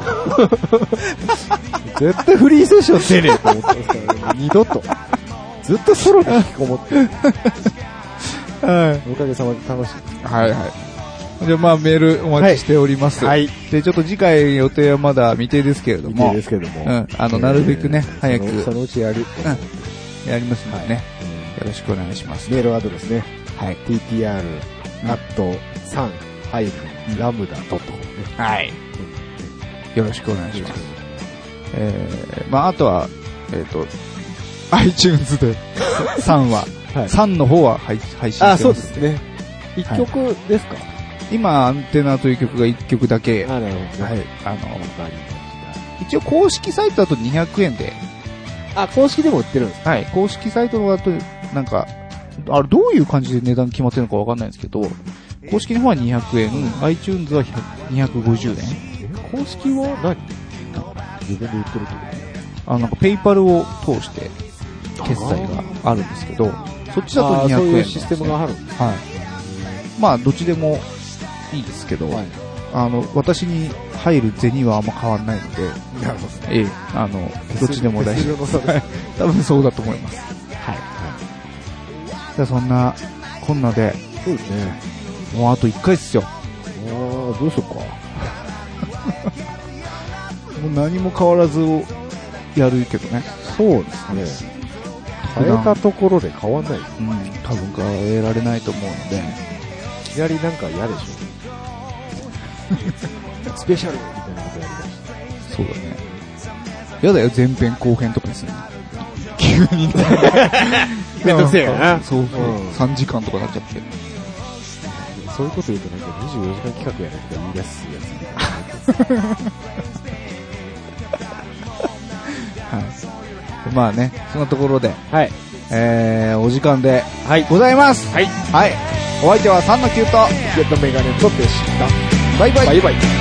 絶対フリーセッション出ねえと思ってますからね。二度と。ずっとソロに引きこもってる。 はい。 おかげさまで楽しい。 はいはい。 じゃあまあメールお待ちしております。 はい。 で、ちょっと次回予定はまだ未定ですけれども。 未定ですけれども。 うん。あの、なるべくね、早く。 そのうちやる。 うん。やりますのでね。よろしくお願いします。 メールアドレスね。 はい。 ティーティーアール アット サン ラムダ ドットコム ね。 はい。よろしくお願いします。えー、まああとは、えっと、iTunes でさんは、はい、さんの方は配信してます。 あ、そうですね。いっきょくですか、はい、 今、アンテナという曲がいっきょくだけ。 あ、なるほど、ね。 はい。あの、一応公式サイトだとにひゃくえんで。 あ、公式でも売ってるんですか？ はい。公式サイトだと、なんか、あれどういう感じで値段決まってるのかわかんないんですけど、公式の方はにひゃくえん、うん、iTunes はにひゃくごじゅうえん。 公式は何？自分で売ってるってこと？ あ、なんかペイパルを通して決済があるんですけど、そっちだとにひゃくえん、ね。そういうシステムがあるんです。 はい。まあ、どっちでもいいですけど、はい、あの、私に入る銭はあんま変わんないので、 なるほどね。 ええ、あの、どっちでも大丈夫。多分そうだと思います。はい。はい。じゃあそんな、こんなで、 そうですね。 もうあといっかいですよ。 ああ、どうしようか。 もう何も変わらずをやるけどね。 そうですね。変えたところで変わんない。うん、 多分変えられないと思うので。 いきなりなんか嫌でしょ。スペシャルみたいなことやりだし。 そうだね。やだよ、前編後編とかですね。急にね。 めんどくせえよな。 そうそう、うん。さんじかんとかなっちゃって。 そういうこと言うとなんかにじゅうよじかん企画やらなきゃ言い出すやつ。 はい。まあね、そんなところで、 はい。 えー、お時間で、はい、ございます。 はい。 はい。お相手はさんのきゅうと、 ゲットメガネとでした。 バイバイ。 バイバイ。